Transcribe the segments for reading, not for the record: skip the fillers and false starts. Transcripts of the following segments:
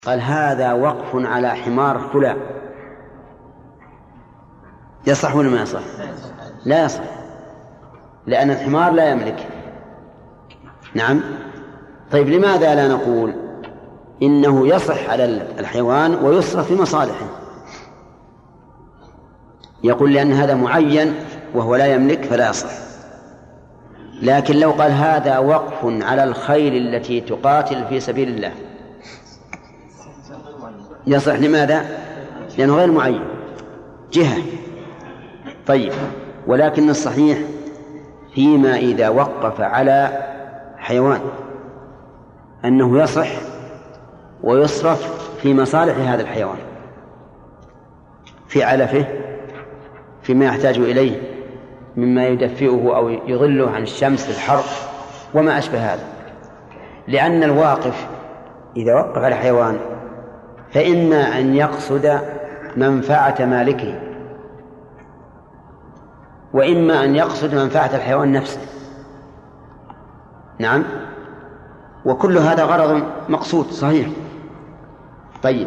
قال هذا وقف على حمار فلان، يصح ولا ما يصح؟ لا يصح، لأن الحمار لا يملك. نعم. طيب لماذا لا نقول إنه يصح على الحيوان ويصرف في مصالحه؟ يقول لأن هذا معين وهو لا يملك فلا يصح. لكن لو قال هذا وقف على الخيل التي تقاتل في سبيل الله يصح. لماذا؟ لأنه غير معين جهة. طيب، ولكن الصحيح فيما إذا وقف على حيوان أنه يصح ويصرف في مصالح هذا الحيوان، في علفه، فيما يحتاج إليه مما يدفئه أو يظله عن الشمس في الحر وما أشبه هذا. لأن الواقف إذا وقف على حيوان فإما أن يقصد منفعة مالكه، وإما أن يقصد منفعة الحيوان نفسه. نعم، وكل هذا غرض مقصود صحيح. طيب،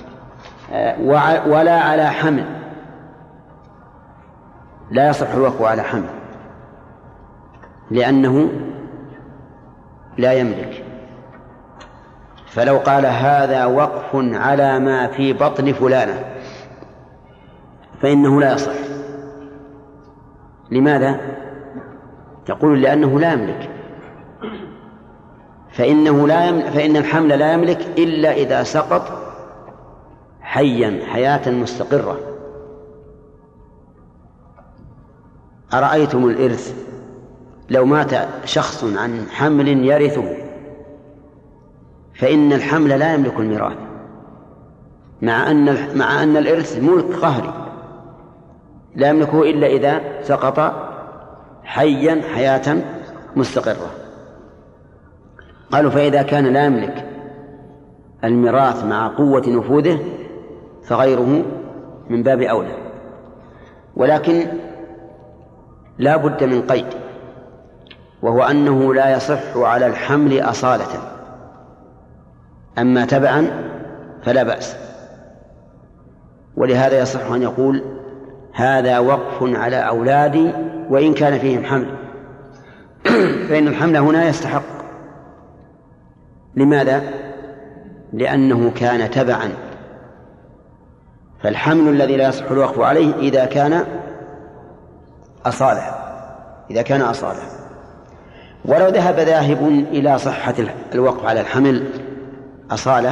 ولا على حمل، لا يصح الوقف على حمل لأنه لا يملك. فلو قال هذا وقف على ما في بطن فلانة فإنه لا يصح. لماذا؟ تقول لأنه لا يملك، فإن الحمل لا يملك إلا إذا سقط حيا حياة مستقرة. أرأيتم الإرث لو مات شخص عن حمل يرثه فإن الحمل لا يملك الميراث، مع أن الإرث ملك قهري لا يملكه إلا إذا سقط حيا حياة مستقرة. قالوا فإذا كان لا يملك الميراث مع قوة نفوذه فغيره من باب أولى. ولكن لا بد من قيد، وهو أنه لا يصح على الحمل أصالة، أما تبعا فلا بأس. ولهذا يصح أن يقول هذا وقف على أولادي وإن كان فيهم حمل، فإن الحمل هنا يستحق. لماذا؟ لأنه كان تبعا، فالحمل الذي لا يصح الوقف عليه إذا كان أصالة. ولو ذهب ذاهب إلى صحة الوقف على الحمل أصالة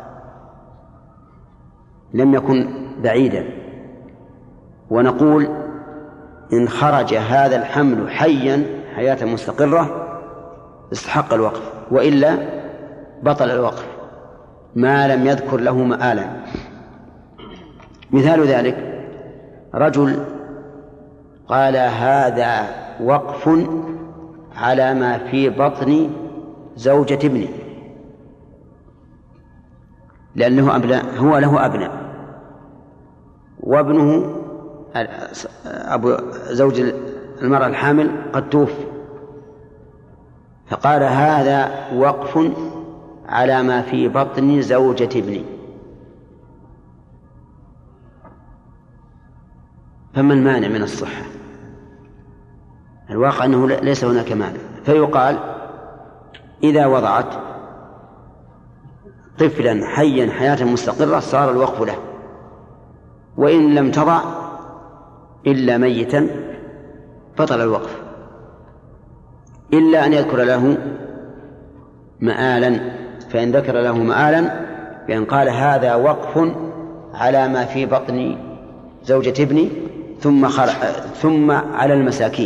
لم يكن بعيدا، ونقول إن خرج هذا الحمل حيا حياة مستقرة استحق الوقف، وإلا بطل الوقف ما لم يذكر له مآلا. مثال ذلك رجل قال هذا وقف على ما في بطن زوجة ابنه، لأنه هو له أبناء، وابنه أبو زوج المرأة الحامل قد توفي، فقال هذا وقف على ما في بطن زوجة ابني. فما المانع من الصحة؟ الواقع أنه ليس هناك مانع. فيقال إذا وضعت طفلا حيا حياة مستقرة صار الوقف له، وإن لم تضع إلا ميتا بطل الوقف، إلا أن يذكر له مآلا. فإن ذكر له مآلا بأن قال هذا وقف على ما في بطن زوجة ابني ثم على المساكين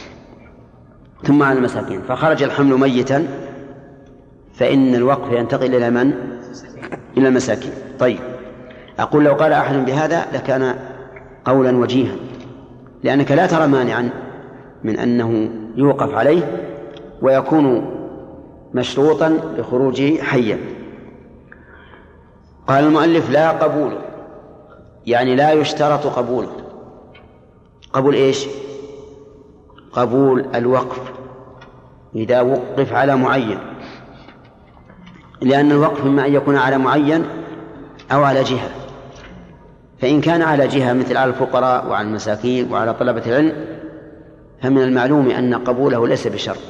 فخرج الحمل ميتا، فإن الوقف ينتقل إلى من؟ إلى المساكين. طيب، أقول لو قال أحد بهذا لكان قولا وجيها، لأنك لا ترى مانعا من أنه يوقف عليه ويكون مشروطا لخروجه حيا. قال المؤلف لا قبول، يعني لا يشترط قبوله. قبول إيش؟ قبول الوقف إذا وقف على معين، لأن الوقف إما أن يكون على معين أو على جهة. فإن كان على جهة مثل على الفقراء وعلى المساكين وعلى طلبة العلم فمن المعلوم أن قبوله ليس بشرط.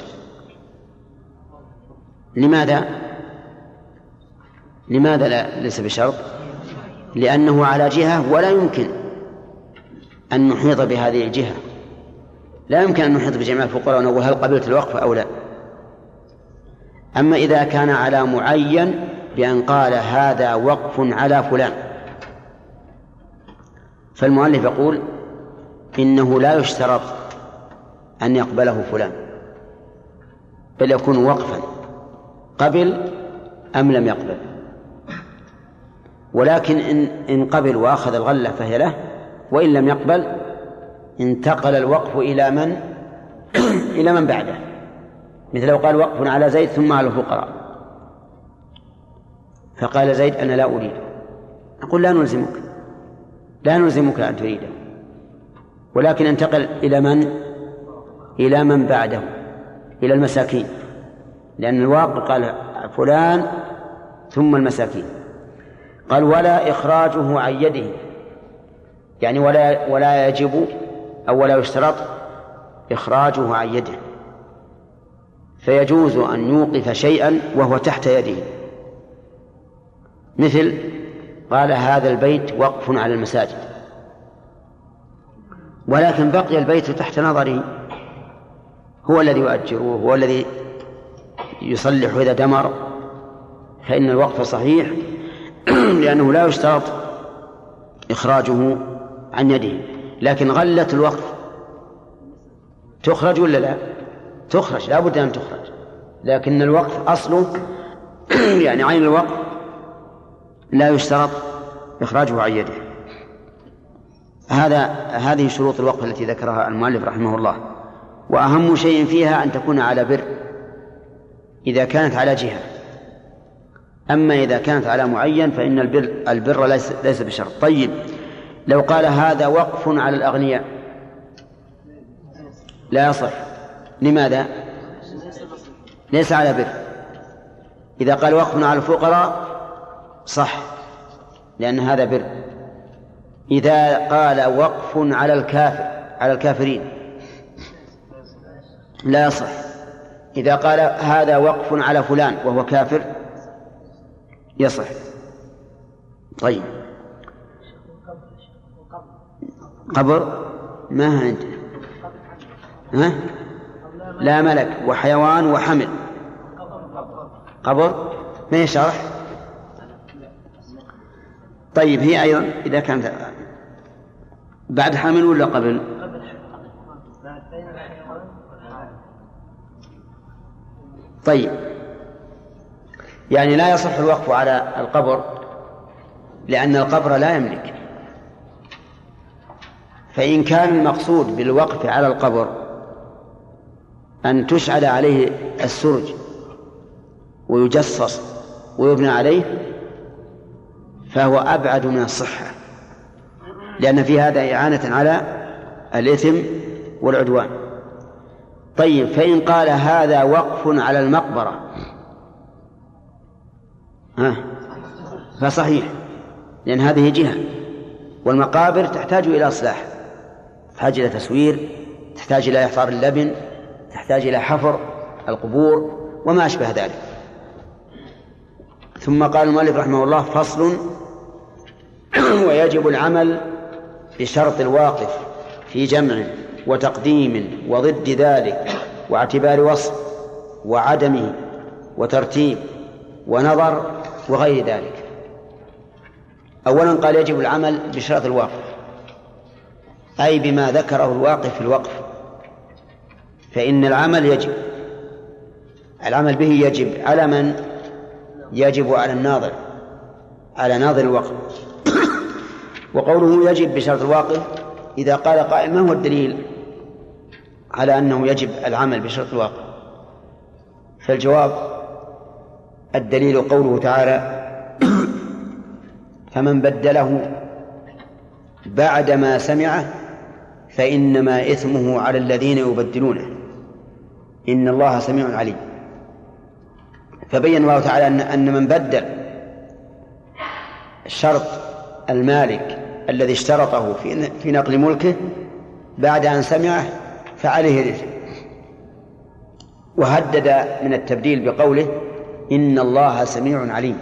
لماذا ليس بشرط؟ لأنه على جهة ولا يمكن أن نحيط بهذه الجهة، لا يمكن أن نحيط بجميع الفقراء ونقول هل قبلت الوقف أو لا. أما إذا كان على معين بأن قال هذا وقف على فلان، فالمؤلف يقول إنه لا يشترط أن يقبله فلان، بل يكون وقفا قبل أم لم يقبل. ولكن إن قبل وأخذ الغلة فهي له، وإن لم يقبل انتقل الوقف إلى من بعده، مثل لو قال وقف على زيد ثم على الفقراء، فقال زيد أنا لا أريده، نقول لا نلزمك أن تريده، ولكن انتقل إلى من بعده، إلى المساكين، لأن الواقع قال فلان ثم المساكين. قال ولا إخراجه عن يده، يعني ولا يجب أو ولا يشترط إخراجه عن يده، فيجوز أن يوقف شيئا وهو تحت يده، مثل قال هذا البيت وقف على المساجد، ولكن بقي البيت تحت نظره، هو الذي يؤجره، هو الذي يصلح إذا دمر، فإن الوقف صحيح لأنه لا يشترط إخراجه عن يده. لكن غلة الوقف تخرج ولا لا؟ تخرج، لا بد أن تخرج، لكن الوقف أصله يعني عين الوقف لا يشترط إخراجه عن يده. هذه شروط الوقف التي ذكرها المؤلف رحمه الله، وأهم شيء فيها أن تكون على بر إذا كانت على جهة. أما إذا كانت على معين فإن البر ليس بشرط. طيب لو قال هذا وقف على الأغنياء لا يصح. لماذا؟ ليس على بر. إذا قال وقف على الفقراء صح لأن هذا بر. إذا قال وقف على الكافرين لا يصح. إذا قال هذا وقف على فلان وهو كافر يصح. طيب قبر ما عندنا، ها؟ لا ملك وحيوان وحمل. قبر ما يشرح. طيب هي أيضا إذا كانت بعد حمل ولا قبل؟ طيب يعني لا يصح الوقف على القبر لأن القبر لا يملك. فإن كان المقصود بالوقف على القبر أن تشعل عليه السرج ويجصص ويبنى عليه فهو أبعد من الصحة، لأن في هذا إعانة على الإثم والعدوان. طيب فإن قال هذا وقف على المقبرة فصحيح، لأن هذه جهة، والمقابر تحتاج إلى إصلاح، تحتاج إلى تسوير، تحتاج إلى إحفار اللبن، تحتاج إلى حفر القبور وما أشبه ذلك. ثم قال المؤلف رحمه الله فصل: ويجب العمل بشرط الواقف في جمع وتقديم وضد ذلك واعتبار وصف وعدمه وترتيب ونظر وغير ذلك. أولا قال يجب العمل بشرط الواقف، أي بما ذكره الواقف في الوقف، فإن العمل به يجب على من؟ يجب على الناظر، على ناظر الوقف. وقوله يجب بشرط الواقف، إذا قال قائل ما هو الدليل على أنه يجب العمل بشرط الواقف؟ فالجواب: الدليل قوله تعالى: فمن بدله بعدما سمعه فإنما إثمه على الذين يبدلونه إن الله سميع عليم. فبين الله تعالى أن من بدل شرط المالك الذي اشترطه في نقل ملكه بعد أن سمعه فعليه الإثم. وهدد من التبديل بقوله إن الله سميع عليم.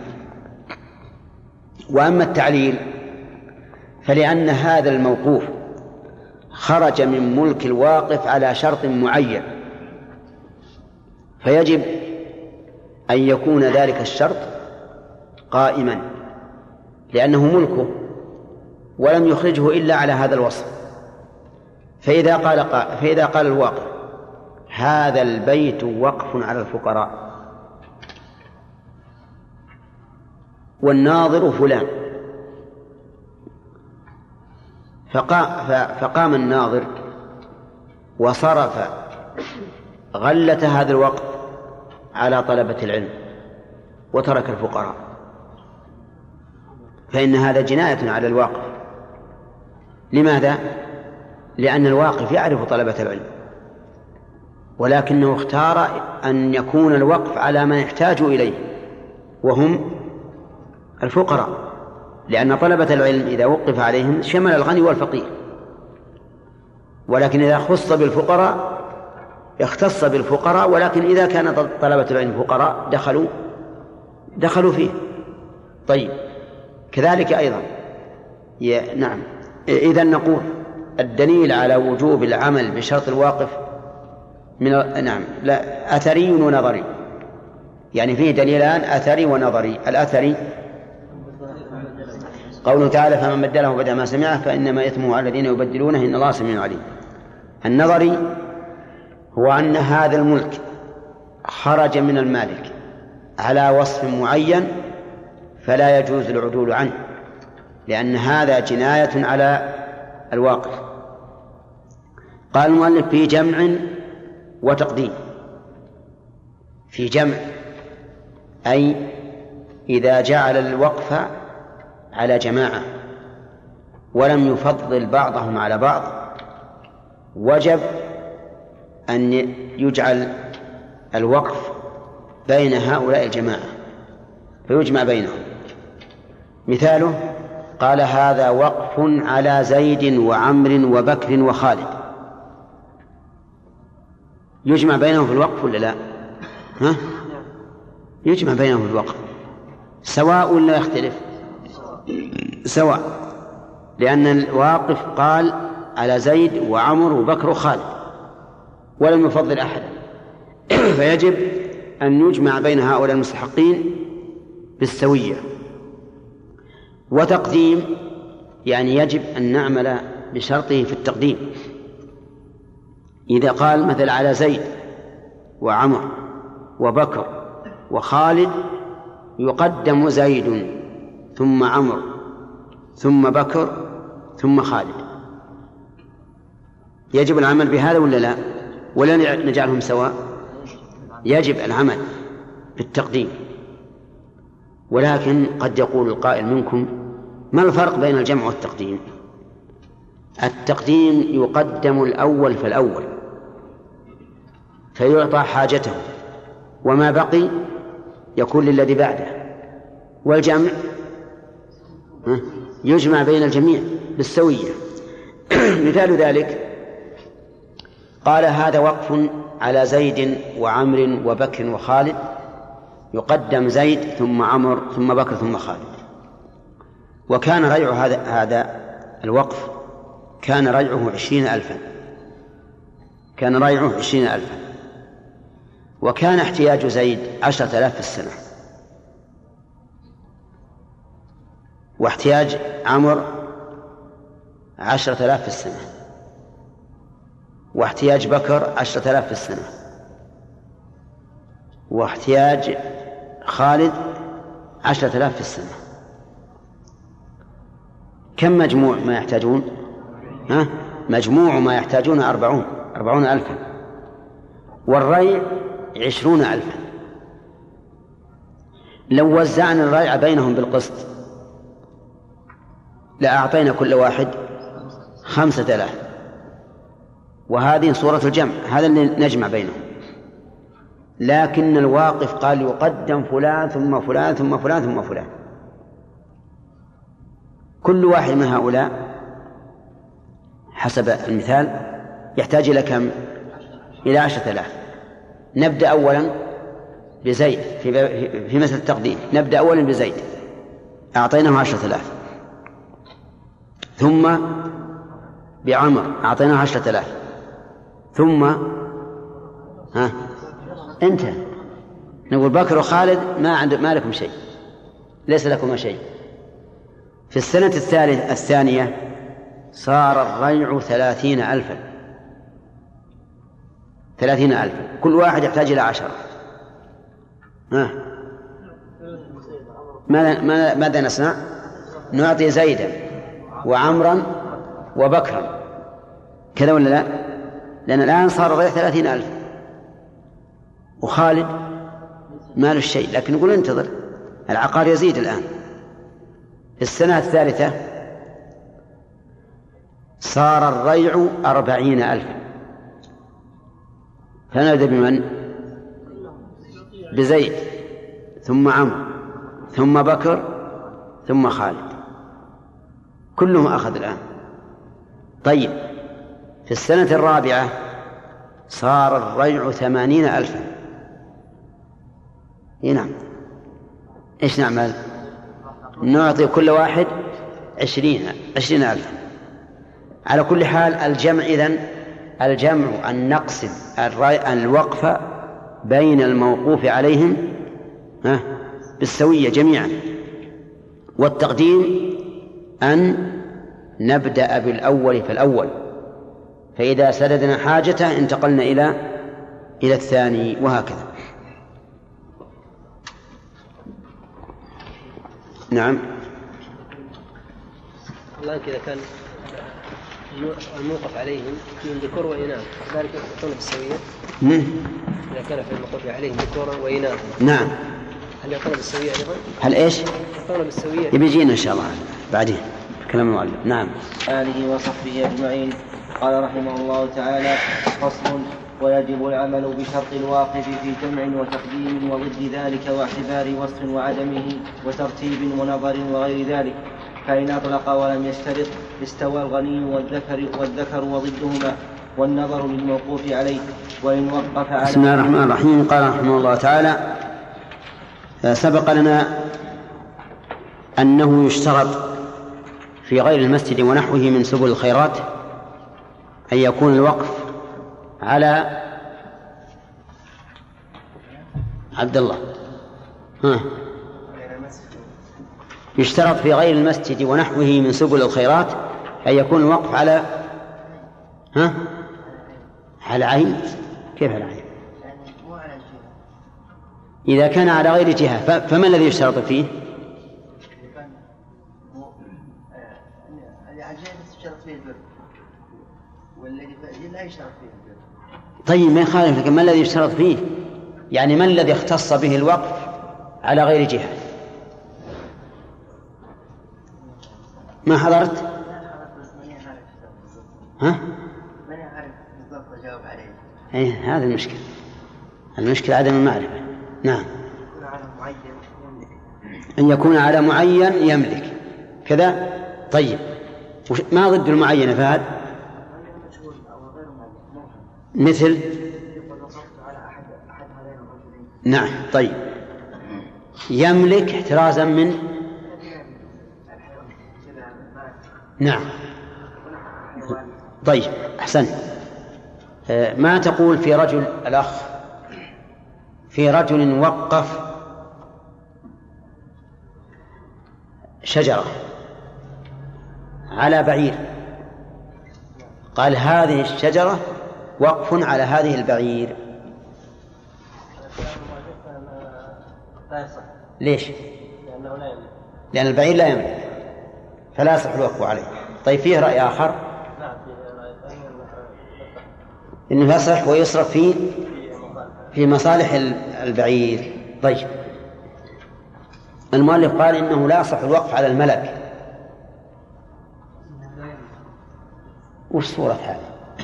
وأما التعليل فلأن هذا الموقوف خرج من ملك الواقف على شرط معين، فيجب أن يكون ذلك الشرط قائما لأنه ملكه ولم يخرجه إلا على هذا الوصف. فإذا قال الواقف هذا البيت وقف على الفقراء والناظر فلان، فقام الناظر وصرف غلة هذا الوقف على طلبة العلم وترك الفقراء، فإن هذا جناية على الواقف. لماذا؟ لأن الواقف يعرف طلبة العلم، ولكنه اختار أن يكون الوقف على من يحتاج إليه وهم الفقراء، لأن طلبة العلم إذا وقف عليهم شمل الغني والفقير، ولكن إذا خص بالفقراء اختص بالفقراء، ولكن إذا كان طلبة العلم فقراء دخلوا فيه. طيب كذلك أيضا نعم. إذن نقول الدليل على وجوب العمل بشرط الواقف نعم لا أثري ونظري، يعني فيه دليلان أثري ونظري. الأثري قوله تعالى فمن بدله بدل ما سمعه فإنما إثمه على الذين يبدلونه إن الله سميع عليم. النظري هو أن هذا الملك خرج من المالك على وصف معين فلا يجوز العدول عنه، لأن هذا جناية على الواقف. قال المؤلف في جمع وتقديم. في جمع أي إذا جعل الوقف على جماعة ولم يفضل بعضهم على بعض وجب أن يجعل الوقف بين هؤلاء الجماعة فيجمع بينهم. مثاله قال هذا وقف على زيد وعمر وبكر وخالد، يجمع بينهم في الوقف ولا لا؟ يجمع بينهم في الوقف سواء ولا يختلف؟ سواء، لأن الواقف قال على زيد وعمر وبكر وخالد ولم يفضل أحد، فيجب أن يجمع بين هؤلاء المستحقين بالسوية. وتقديم يعني يجب أن نعمل بشرطه في التقديم. إذا قال مثل على زيد وعمر وبكر وخالد يقدم زيد ثم عمر ثم بكر ثم خالد، يجب العمل بهذا ولا لا؟ ولا نجعلهم سواء؟ يجب العمل بالتقديم. ولكن قد يقول القائل منكم ما الفرق بين الجمع والتقديم؟ التقديم يقدم الأول فالأول فيعطى حاجته وما بقي يكون للذي بعده، والجمع يجمع بين الجميع بالسوية. مثال ذلك قال هذا وقف على زيد وعمر وبكر وخالد، يقدم زيد ثم عمر ثم بكر ثم خالد. وكان ريع هذا الوقف كان ريعه 20,000، كان ريعه 20,000، وكان احتياج زيد 10,000 في السنة، واحتياج عمر 10,000 في السنة، واحتياج بكر 10,000 في السنة، واحتياج خالد 10,000 في السنة. كم مجموع ما يحتاجون؟ مجموع ما يحتاجون 40,000، والريع 20,000. لو وزعنا الريع بينهم بالقسط لأعطينا كل واحد 5,000، وهذه صورة الجمع، هذا اللي نجمع بينهم. لكن الواقف قال يقدم فلان ثم فلان ثم فلان ثم فلان، كل واحد من هؤلاء حسب المثال يحتاج إلى كم؟ إلى 10,000. نبدأ أولا بزيد في مثل التقديم، نبدأ أولا بزيد أعطيناه 10,000، ثم بعمر أعطيناه 10,000، ثم انتهى. نقول بكر وخالد ما لكم شيء، ليس لكم شيء. في السنة الثانية صار الريع 30,000، كل واحد يحتاج إلى 10. ماذا نصنع؟ نعطي زيدا وعمرا وبكرا، كذا ولا لا؟ لأن الآن صار الريع 30,000 وخالد ما له شيء، لكن نقول انتظر، العقار يزيد الآن. في السنة الثالثة صار الريع 40,000، فنبدأ بمن؟ بزيد ثم عمرو ثم بكر ثم خالد، كلهم أخذ الآن. طيب في السنة الرابعة صار الريع 80,000. نعم، إيش نعمل؟ نعطي كل واحد 20,000. على كل حال الجمع الجمع أن نقسم الوقف بين الموقوف عليهم بالسوية جميعا، والتقديم أن نبدأ بالأول فالأول، فإذا سددنا حاجته انتقلنا إلى الثاني، وهكذا. نعم. الله كذا كان الموقف عليهم من ذكور وإناث، ذلك يكون بالسوية. إذا كان في الموقف عليهم ذكور وإناث، نعم، هل يكون بالسوية أيضا؟ هل إيش؟ يكون بالسوية. يبي يجينا إن شاء الله بعدين كلام المؤلف. نعم. آله وصحبه أجمعين. قال رحمه الله تعالى: فصل: ويجب العمل بشرط الواقف في جمع وتقديم وضد ذلك واعتبار وصف وعدمه وترتيب ونظر وغير ذلك، فإن أطلق ولم يشترط استوى الغني والذكر وضدهما، والنظر للموقوف عليه. وإن وقف على بسم الله الرحمن الرحيم. قال رحمه الله تعالى: سبق لنا أنه يشترط في غير المسجد ونحوه من سبل الخيرات أن يكون الوقف على عبد الله. يشترط في غير المسجد ونحوه من سبل الخيرات أن يكون الوقف على على عين. كيف على عين؟ إذا كان على غير جهة فما الذي يشترط فيه؟ طيب ما يخالف، لكن ما الذي يشترط فيه؟ يعني ما الذي اختص به الوقف على غير جهة؟ ما حضرت؟ من يعرف بالضبط أجاوب عليه. إيه، هذا المشكلة عدم المعرفة. نعم. أن يكون على معين يملك كذا. طيب ما ضد المعين فهد؟ مثل نعم. طيب يملك احترازا من نعم. طيب أحسن. ما تقول في رجل الأخ في رجل وقف شجرة على بعير، قال هذه الشجرة وقف على هذه البعير، ليش؟ لأن البعير لا يملك فلا يصح الوقف عليه. طيب فيه رأي آخر إنه يصح ويصرف في مصالح البعير. طيب المؤلف قال إنه لا يصح الوقف على الملك. وش صورة هذا؟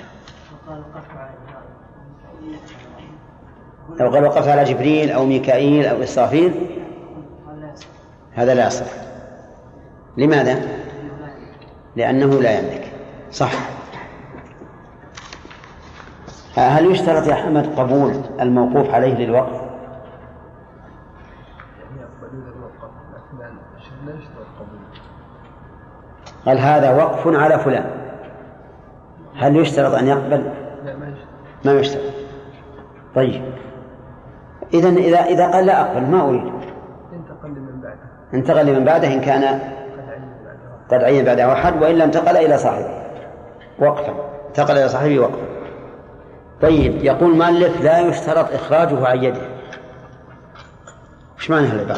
لو قال وقف على جبريل أو ميكائيل أو إسرافيل هذا لا يصح. لماذا؟ لأنه لا يملك. صح. هل يشترط يا حمد قبول الموقوف عليه للوقف؟ قال هذا وقف على فلان، هل يشترط أن يقبل؟ ما يشترط. طيب إذا قال لا أقبل ما أريد، انتقل لمن بعده إن كان قد عين بعده أحد، وإلا انتقل إلى صاحبه وقفا، انتقل إلى صاحبه وقفا. طيب يقول مؤلف لا يشترط إخراجه عن يده. وش معنى هالعبارة؟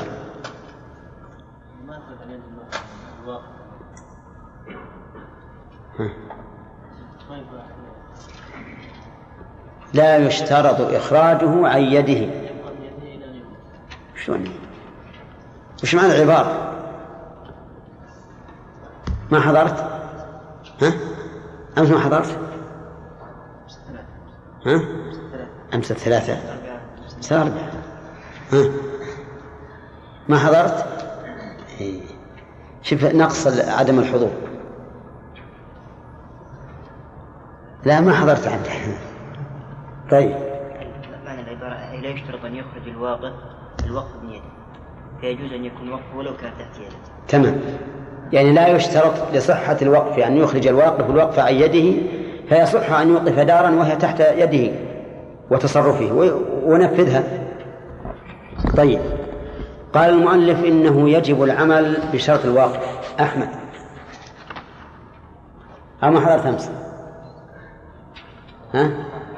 لا يشترط إخراجه عن يده. شلون؟ وش معنى العبارة؟ ما حضرت؟ ها؟ أمس ما حضرت؟ ها؟ أمس 3 صار 4. ها؟ ما حضرت؟ شوف نقص عدم الحضور. لا ما حضرت عنده. طيب معنى العبارة لا يشترط أن يخرج الوقف من يده، فيجوز أن يكون وقف ولو كان تحت يده. تمام. يعني لا يشترط لصحة الوقف أن يخرج الواقف الوقف عن يده، فيصح أن يوقف دارا وهي تحت يده وتصرفه ونفذها. طيب قال المؤلف إنه يجب العمل بشرط الواقف. أحمد أما حضرت أمس؟ ها؟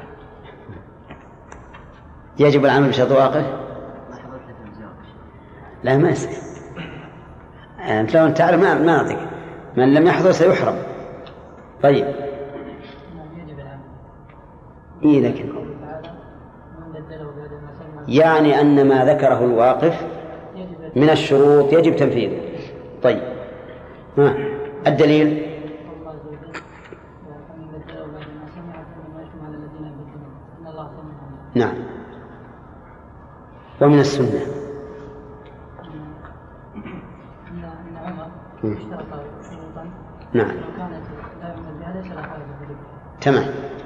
يجب العمل بشرط الواقف؟ لا ما يصير. أنت لو تعرف ما نعطيك، من لم يحضر سيحرم. طيب إيه لكن يعني أن ما ذكره الواقف من الشروط يجب تنفيذه. طيب ها الدليل؟ نعم. ومن السنة نعم. تمام.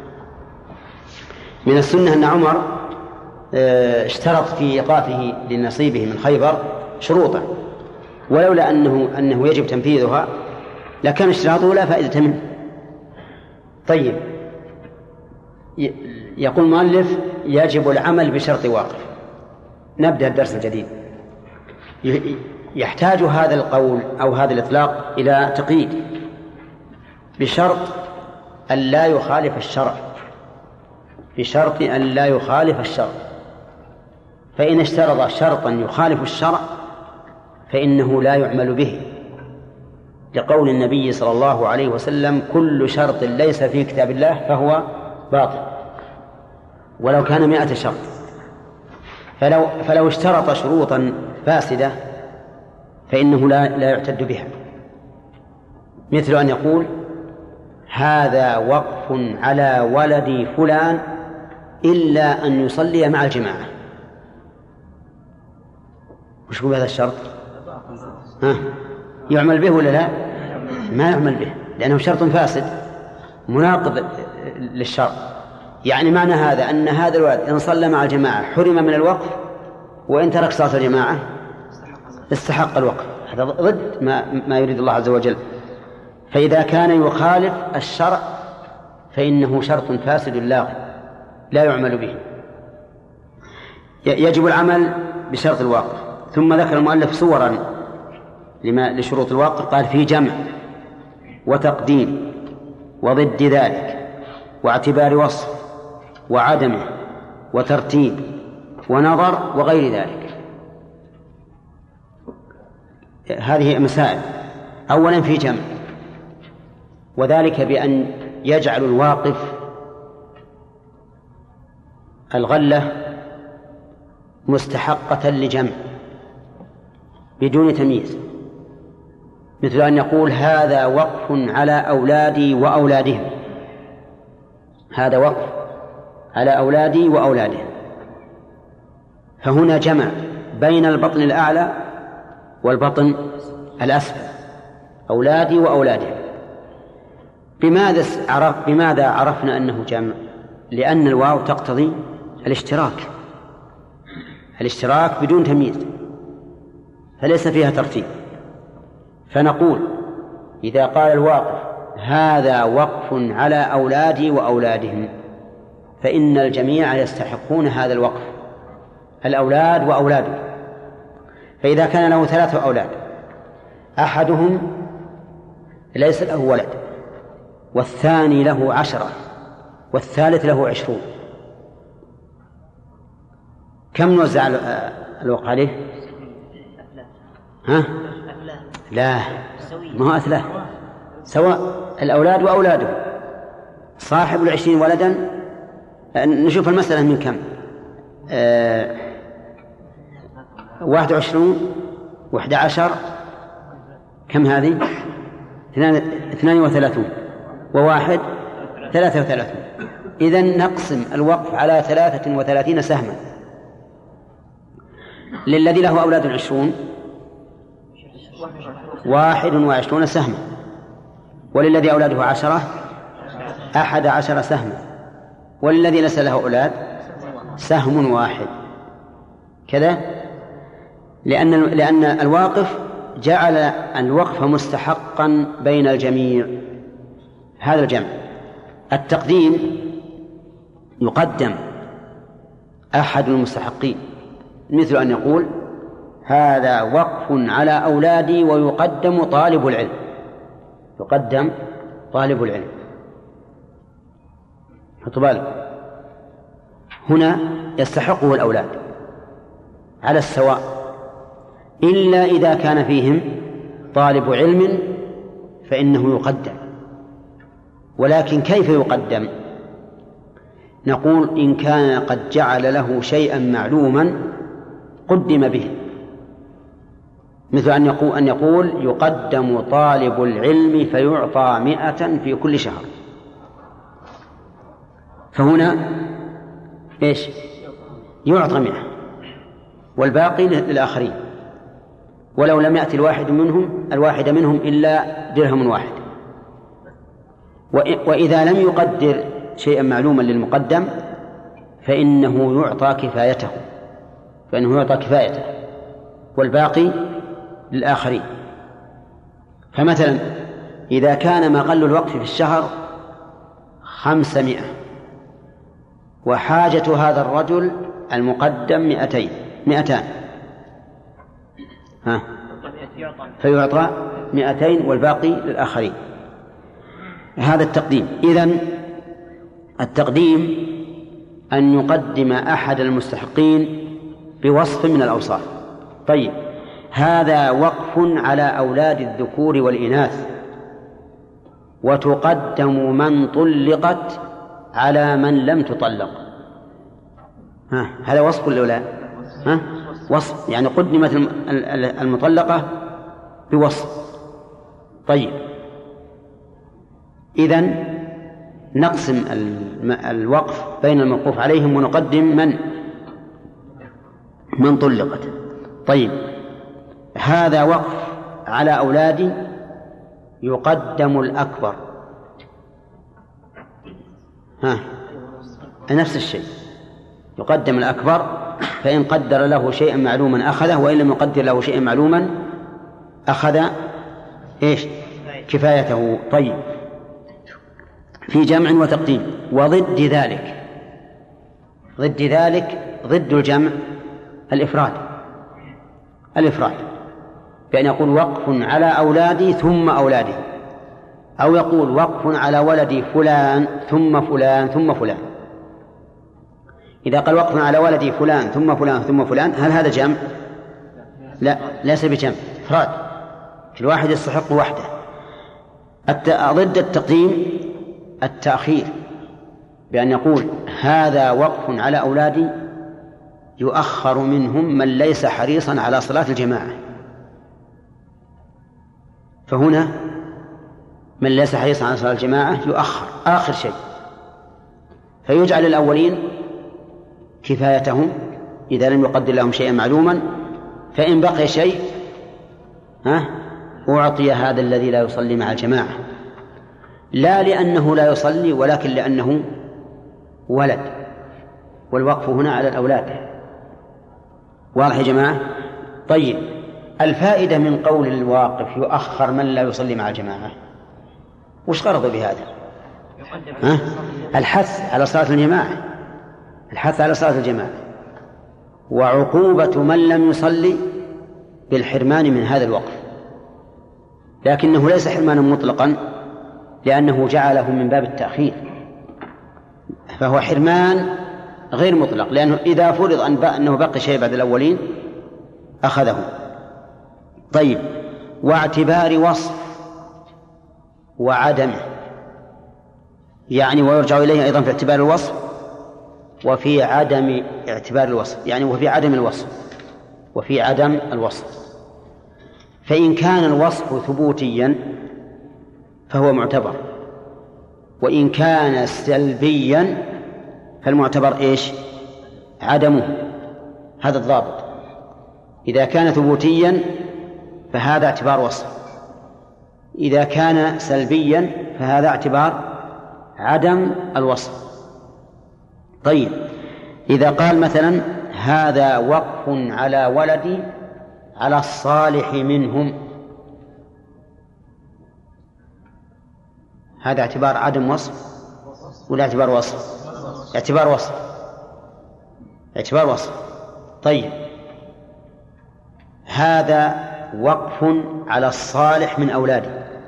من السنة أن عمر اشترط في إيقافه لنصيبه من خيبر شروطا، ولولا أنه يجب تنفيذها لكان اشتراطه لا فائدة منه. طيب يقول المؤلف يجب العمل بشرط واقف. نبدأ الدرس الجديد. يحتاج هذا القول أو هذا الإطلاق إلى تقييد بشرط أن لا يخالف الشرع، بشرط أن لا يخالف الشرع. فإن اشترط شرطا يخالف الشرع فإنه لا يعمل به، لقول النبي صلى الله عليه وسلم كل شرط ليس في كتاب الله فهو باطل ولو كان 100 شرط. فلو اشترط شروطا فاسدة فإنه لا يعتد بها، مثل أن يقول هذا وقف على ولد فلان إلا أن يصلي مع الجماعة. وش يقول هذا الشرط؟ يعمل به ولا لا؟ ما يعمل به، لأنه شرط فاسد مناقض للشرط. يعني معنى هذا أن هذا الولد إن صلى مع الجماعة حرم من الوقف، وإن ترك صلاة الجماعة استحق الوقف. هذا ضد ما يريد الله عز وجل. فإذا كان يخالف الشرع فإنه شرط فاسد لا يعمل به. يجب العمل بشرط الواقف. ثم ذكر المؤلف صورا لشروط الواقف، قال في جمع وتقديم وضد ذلك واعتبار وصف وعدمه وترتيب ونظر وغير ذلك. هذه مسائل. أولا في جمع، وذلك بأن يجعل الواقف الغلة مستحقة لجمع بدون تمييز، مثل أن يقول هذا وقف على أولادي وأولادهم، هذا وقف على أولادي وأولادهم. فهنا جمع بين البطن الأعلى والبطن الأسفل، أولادي وأولادهم. بماذا عرفنا أنه جمع؟ لأن الواو تقتضي الاشتراك بدون تمييز، فليس فيها ترتيب. فنقول إذا قال الواقف هذا وقف على أولادي وأولادهم، فإن الجميع يستحقون هذا الوقف، الأولاد وأولاده. فإذا كان له 3 أولاد، أحدهم ليس له ولد، والثاني له 10، والثالث له 20، كم نوزع الوقف عليه؟ ها؟ لا، ما هو أثلاث، سواء الأولاد وأولاده. صاحب 20 ولدا، نشوف المسألة من كم؟ 21 و11، كم هذه؟ 32 وواحد 33. إذن نقسم الوقف على 33 سهما. للذي له أولاد 20 21 سهما، وللذي أولاده 10 11 سهما، وللذي ليس له أولاد سهم واحد. كذا لأن الواقف جعل الوقف مستحقا بين الجميع، هذا الجمع. التقديم يقدم أحد المستحقين، مثل أن يقول هذا وقف على أولادي ويقدم طالب العلم، يقدم طالب العلم. حطوا بالك، هنا يستحقه الأولاد على السواء، إلا إذا كان فيهم طالب علم فإنه يقدم. ولكن كيف يقدم؟ نقول إن كان قد جعل له شيئا معلوما قدم به، مثل أن يقول يقدم طالب العلم فيعطى 100 في كل شهر، فهنا إيش؟ يعطى 100 والباقي للآخرين، ولو لم يأتي الواحد منهم إلا درهم واحد. وإذا لم يقدر شيئا معلوما للمقدم فإنه يعطى كفايته والباقي للآخرين. فمثلا إذا كان مقل الوقف في الشهر 500 وحاجة هذا الرجل المقدم 200 فيعطى 200 والباقي للآخرين. هذا التقديم. إذن التقديم أن يقدم أحد المستحقين بوصف من الأوصاف. طيب، هذا وقف على أولاد الذكور والإناث، وتقدم من طلقت على من لم تطلق. هذا وصف ولا لا؟ وصف، يعني قدمت المطلقة بوصف. طيب، إذن نقسم الوقف بين الموقوف عليهم ونقدم من طلقت. طيب، هذا وقف على أولادي، يقدم الأكبر. نفس الشيء، يقدم الأكبر، فإن قدر له شيئا معلوما أخذه، وإن لم يقدر له شيئا معلوما أخذ إيش؟ كفايته. طيب، في جمع وتقديم. وضد ذلك ضد الجمع الإفراد، بأن يقول وقف على أولادي ثم أولادي، أو يقول وقف على ولدي فلان ثم فلان ثم فلان. إذا قال وقف على ولدي فلان ثم فلان ثم فلان، هل هذا جمع؟ لا، ليس بجمع، إفراد، كل واحد يستحق وحده. ضد التقديم التأخير، بأن يقول هذا وقف على أولادي يؤخر منهم من ليس حريصا على صلاة الجماعة. فهنا من ليس حريصا على صلاة الجماعة يؤخر آخر شيء، فيجعل الأولين كفايتهم إذا لم يقدر لهم شيئا معلوما، فإن بقي شيء أعطي هذا الذي لا يصلي مع الجماعة. لا لأنه لا يصلي ولكن لأنه ولد، والوقف هنا على الأولاد. واضح يا جماعة؟ طيب، الفائدة من قول الواقف يؤخر من لا يصلي مع الجماعة، وش غرض بهذا؟ الحث على صلاة الجماعة، الحث على صلاة الجماعة، وعقوبة من لم يصلي بالحرمان من هذا الوقف، لكنه ليس حرمانا مطلقا لأنه جعله من باب التأخير، فهو حرمان غير مطلق، لأنه إذا فرض أنه بقي شيء بعد الأولين أخذه. طيب، واعتبار وصف وعدمه، يعني ويرجع إليه أيضا في اعتبار الوصف وفي عدم اعتبار الوصف، يعني وفي عدم الوصف وفي عدم الوصف. فإن كان الوصف ثبوتيا فهو معتبر، وإن كان سلبيا فالمعتبر إيش؟ عدمه. هذا الضابط. إذا كان ثبوتيا فهذا اعتبار وصف، إذا كان سلبيا فهذا اعتبار عدم الوصف. طيب، إذا قال مثلا هذا وقف على ولدي على الصالح منهم، هذا اعتبار عدم وصف ولا اعتبار وصف؟ اعتبار وصف، اعتبار وصف. طيب، هذا وقف على الصالح من أولادي،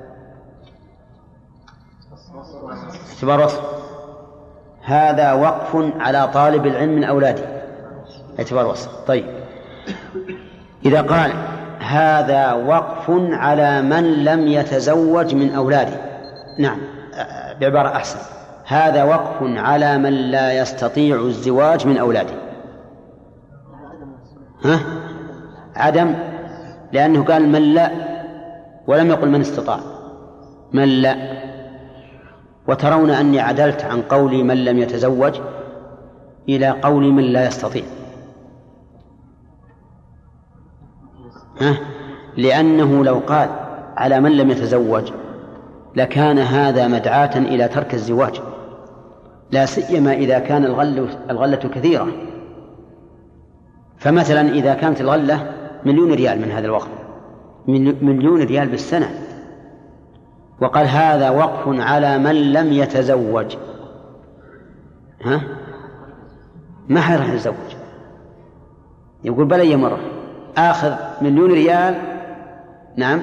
اعتبار وصف. هذا وقف على طالب العلم من أولادي، اعتبار وصف. طيب، إذا قال هذا وقف على من لم يتزوج من أولادي، نعم، بعبارة أحسن، هذا وقف على من لا يستطيع الزواج من أولادي. عدم، لأنه قال من لا ولم يقل من استطاع، من لا. وترون أني عدلت عن قولي من لم يتزوج إلى قول من لا يستطيع، لأنه لو قال على من لم يتزوج لكان هذا مدعاة إلى ترك الزواج، لا سيما إذا كان الغلة كثيرة. فمثلا إذا كانت الغلة 1,000,000 ريال من هذا الوقف، 1,000,000 ريال بالسنة، وقال هذا وقف على من لم يتزوج، ما حيرح يتزوج، يقول بلي مرة آخذ 1,000,000 ريال، نعم،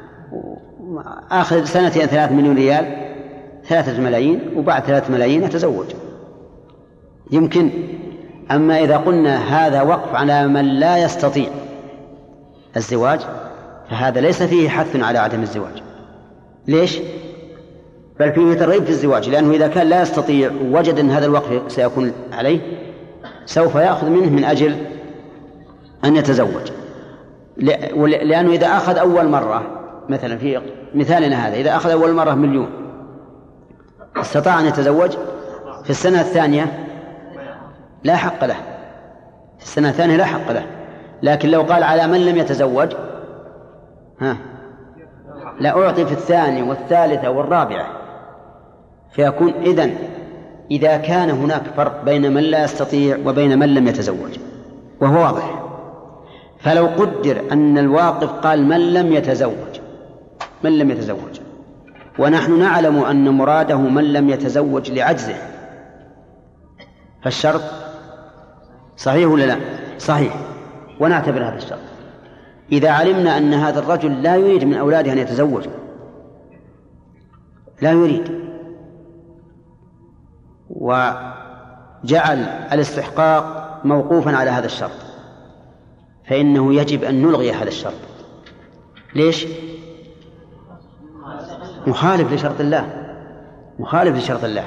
آخذ سنتين 3,000,000 ريال، 3 ملايين، وبعد 3 ملايين أتزوج، يمكن. أما إذا قلنا هذا وقف على من لا يستطيع الزواج فهذا ليس فيه حث على عدم الزواج. ليش؟ بل فيه ترغيب في الزواج، لأنه إذا كان لا يستطيع ووجد أن هذا الوقف سيكون عليه سوف يأخذ منه من أجل أن يتزوج، لأنه إذا أخذ أول مرة، مثلا في مثالنا هذا، إذا أخذ أول مرة 1,000,000 استطاع أن يتزوج، في السنة الثانية لا حق له، في السنة الثانية لا حق له. لكن لو قال على من لم يتزوج لا أعطي في الثانية والثالثة والرابعة، فيكون إذن إذا كان هناك فرق بين من لا يستطيع وبين من لم يتزوج، وهو واضح. فلو قدر أن الواقف قال من لم يتزوج، من لم يتزوج، ونحن نعلم أن مراده من لم يتزوج لعجزه، فالشرط صحيح ولا لا؟ صحيح. ونعتبر هذا الشرط إذا علمنا أن هذا الرجل لا يريد من أولاده أن يتزوج، لا يريد، وجعل الاستحقاق موقوفا على هذا الشرط، فإنه يجب أن نلغي هذا الشرط. ليش؟ مخالف لشرط الله، مخالف لشرط الله.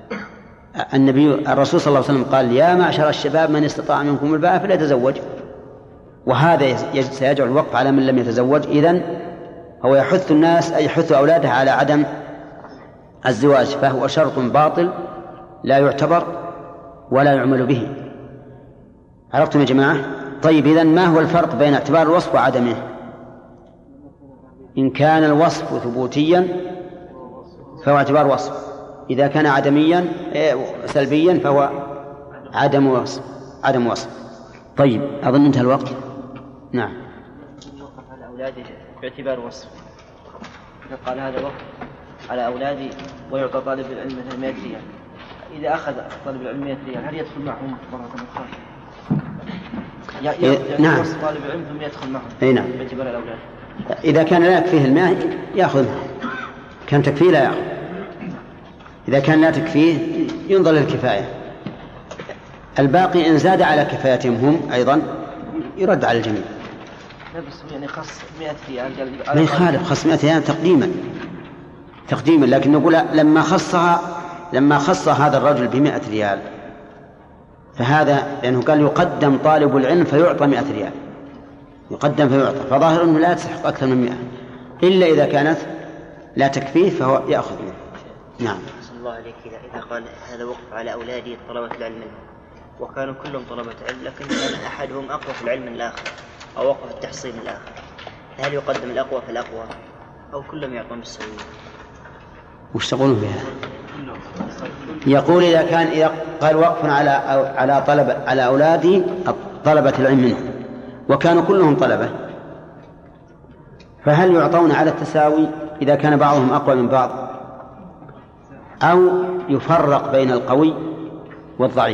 الرسول صلى الله عليه وسلم قال يا معشر الشباب من استطاع منكم الباءة فليتزوج، وهذا سيجعل الوقف على من لم يتزوج. إذن هو يحث الناس، أي يحث أولاده على عدم الزواج، فهو شرط باطل لا يعتبر ولا يعمل به. عرفتم يا جماعة؟ طيب، إذن ما هو الفرق بين اعتبار الوصف وعدمه؟ إن كان الوصف ثبوتيا فهو اعتبار وصف. إذا كان عدميا سلبيا فهو عدم وصف. طيب أظن انتهى الوقت. نعم. يوقف على أولاده باعتبار وصف. إذا قال هذا وقف على أولادي ويعطى طالب العلم مثلا 100 ريال، إذا أخذ طالب العلم 100 ريال هل يدخل معهم مرة أخرى؟ نعم. طالب العلم ثم يدخل معهم. نعم. باعتبار الأولاد. إذا كان لا يكفيه الماء يأخذ، كان تكفيه لا يأخذ. إذا كان لا تكفيه ينظر للكفاية. الباقي إن زاد على كفايتهم هم أيضا يرد على الجميع. لا بس يعني خص 100 ريال. ما يخالف خص 100 ريال تقديما، لكن نقول لما خص هذا الرجل ب100 ريال فهذا لأنه قال يقدم طالب العلم فيعطى 100 ريال، يقدم فيعطى، فظاهر أنه لا تستحق أكثر من 100 إلا إذا كانت لا تكفيه فهو يأخذ منه. نعم. صلى الله عليك. إذا قال هذا وقف على أولادي طلبة العلم منهم وكانوا كلهم طلبة علم لكن كان أحدهم أقوى في العلم من الآخر أو أقوى في التحصيل من الآخر، هل يقدم الأقوى في الأقوى أو كلهم يعطون بالسوية؟ وش تقولون بها؟ يقول إذا قال وقف على أولادي طلبة العلم منهم وكانوا كلهم طلبة، فهل يعطون على التساوي إذا كان بعضهم أقوى من بعض أو يفرق بين القوي والضعيف؟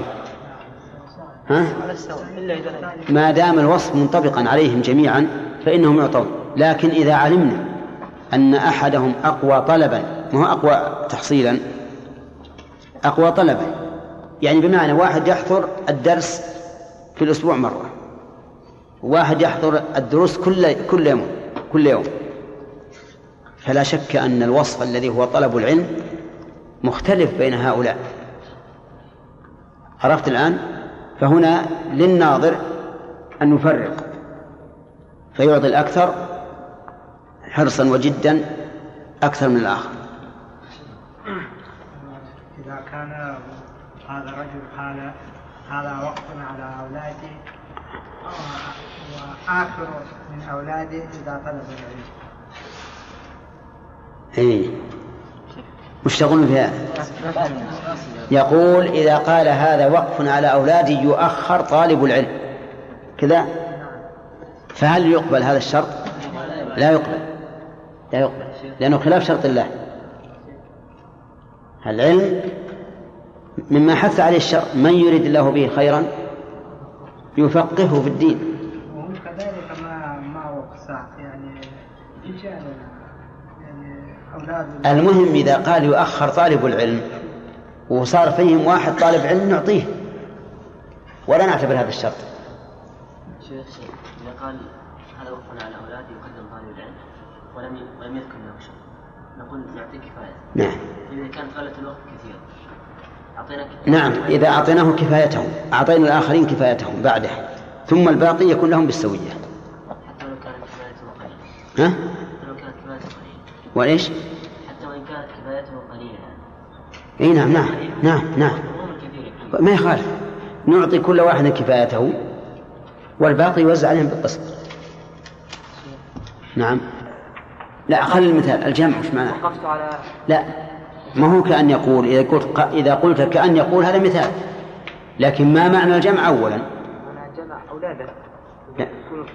ما دام الوصف منطبقا عليهم جميعا فإنهم يعطون. لكن إذا علمنا أن أحدهم أقوى طلبا، ما هو أقوى تحصيلا، أقوى طلبا، يعني بمعنى واحد يحضر الدرس في الأسبوع مرة، وواحد يحضر الدروس كل يوم، فلا شك أن الوصف الذي هو طلب العلم مختلف بين هؤلاء. عرفت الآن؟ فهنا للناظر أن يفرق فيعطي الأكثر حرصا وجدا أكثر من الآخر. إذا كان هذا رجل هذا وقف على أولادي وآخر من أولادي إذا طلب العلم. مش تقولون فيها؟ يقول إذا قال هذا وقف على أولادي يؤخر طالب العلم كذا، فهل يقبل هذا الشرط؟ لا يقبل لأنه خلاف شرط الله. العلم مما حث عليه الشرع، من يريد الله به خيرا يفقهه في الدين. وهم كذلك ما وقف يعني المهم إذا قال يؤخر طالب العلم وصار فيهم واحد طالب علم نعطيه ولا نعتبر هذا الشرط. شيخ إذا قال هذا وقف على أولادي يقدم طالب العلم ولم يذكر له شيء نقول نعطيه كفاية. نعم. إذا كان قالت الوقت كثير نعم، إذا أعطيناه كفايتهم أعطينا الآخرين كفايتهم بعده ثم الباقي يكون لهم بالسوية. حتى لو كانت كفايته قليلة. حتى لو كانت كفايته قليلة. وإيش؟ حتى وإن كانت كفايته قليلة. إيه نعم. ما يخالف، نعطي كل واحد كفايته والباقي يوزع عليهم بالقسط. نعم. لا خلي المثال الجمع وش معناه؟ وقفت على لا ما هو كأن يقول إذا قلت كأن يقول هذا مثال، لكن ما معنى الجمع أولا؟ أنا جمع أولاده. لا.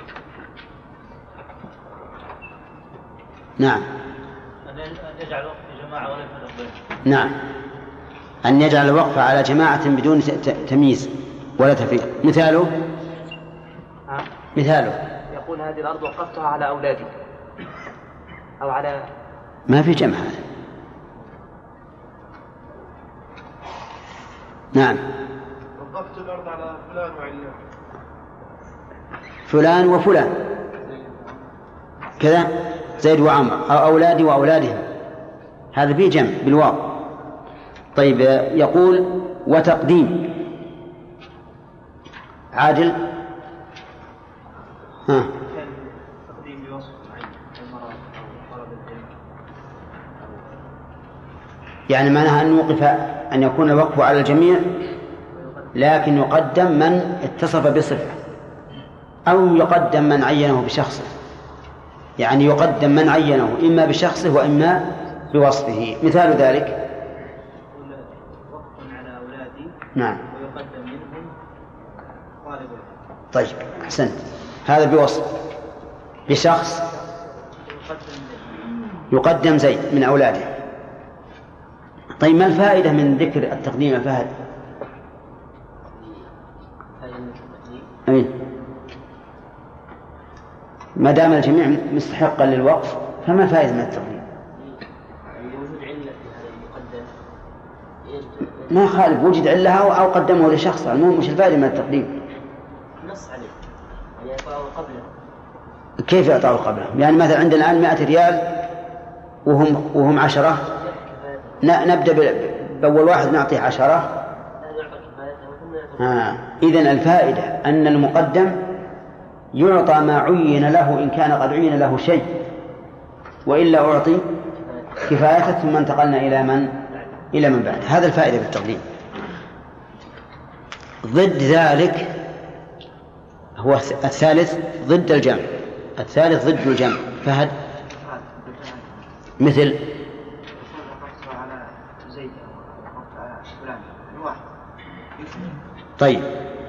نعم. أن يجعل وقف جماعة ولا يفرق بينهم. نعم، أن يجعل الوقف على جماعة بدون تمييز ولا تفريق. مثاله يقول هذه الأرض وقفتها على أولادي أو على ما في جمع هذا. نعم. وقفت الأرض على فلان وعلان، فلان وفلان كذا، زيد وعمر أو أولادي وأولادهم، هذا فيه جمع بالواو. طيب يقول وتقديم عادل. تقديم بوصف المرأة أو طلب العلم، يعني معناها أن يكون الوقف على الجميع لكن يقدم من اتصف بصفة أو يقدم من عينه بشخصه، يعني يقدم من عينه إما بشخصه وإما بوصفه. مثال ذلك وقف على أولادي نعم ويقدم منهم طالب العلم. طيب أحسنت، هذا بوصف بشخص يقدم زيد من أولاده. طيب ما الفائدة من ذكر التقديم يا فهد؟ ما دام الجميع مستحقا للوقف فما الفائدة من التقديم؟ وجود علة في هذا المقدم ما خالف وجد علة أو قدمه لشخص، المهم مش الفائدة من التقديم؟ نص عليه يعني يقرأه قبله. كيف يعطاه قبله؟ يعني مثلا عندنا الآن 100 ريال وهم 10، نبدأ بأول واحد نعطيه 10. إذن الفائدة أن المقدم يعطى ما عين له إن كان قد عين له شيء، وإلا أعطي كفايته ثم انتقلنا إلى من بعد. هذا الفائدة بالتقديم. ضد ذلك هو الثالث ضد الجمع. الثالث ضد الجمع. فهد مثل طيب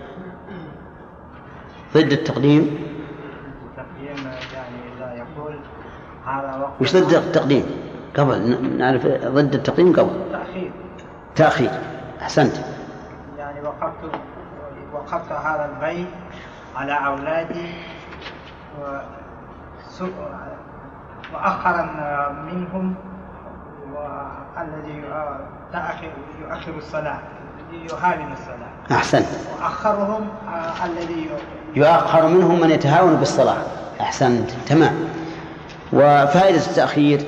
ضد التقديم يعني إذا يقول هذا وقت وش ضد التقديم؟ قبل نعرف ضد التقديم قبل تأخير. أحسنت. يعني وقفت هذا البيت على أولادي وأخرا منهم والذي يؤخر الصلاة يهاون الصلاة. أحسنت. وأخرهم الذي يؤخر منهم من يتهاون بالصلاة. أحسنت تمام. وفائدة التأخير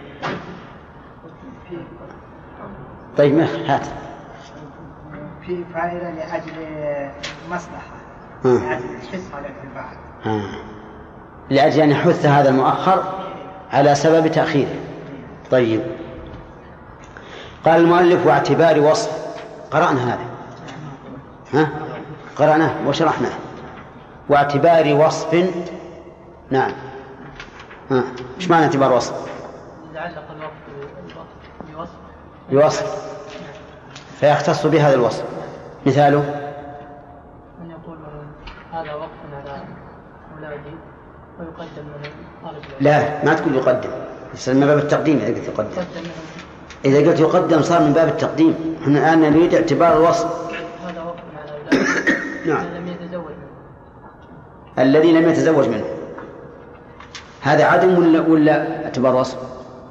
طيب هات في فائدة لأجل مصلحة لأجل الحث على الاتباع لأجل أن يحث هذا المؤخر على سبب تأخيره. طيب قال المؤلف واعتبار وصف. قرأنا هذا قرأناه وشرحناه. واعتبار وصف. نعم ايش معنى اعتبار وصف؟ يتعلق الوقت بوصف فيختص بهذا الوصف. مثاله من يقول هذا وقف على أولادي ويقدم من طالب العلم. لا ما تقول يقدم، يصير من باب التقديم. إذا قلت يقدم، إذا قلت يقدم صار من باب التقديم. احنا الآن نريد اعتبار الوصف. هذا وقف على أولادي نعم. لم يتزوج منه. الذي لم يتزوج منه هذا عدم ولا اعتبار وصف؟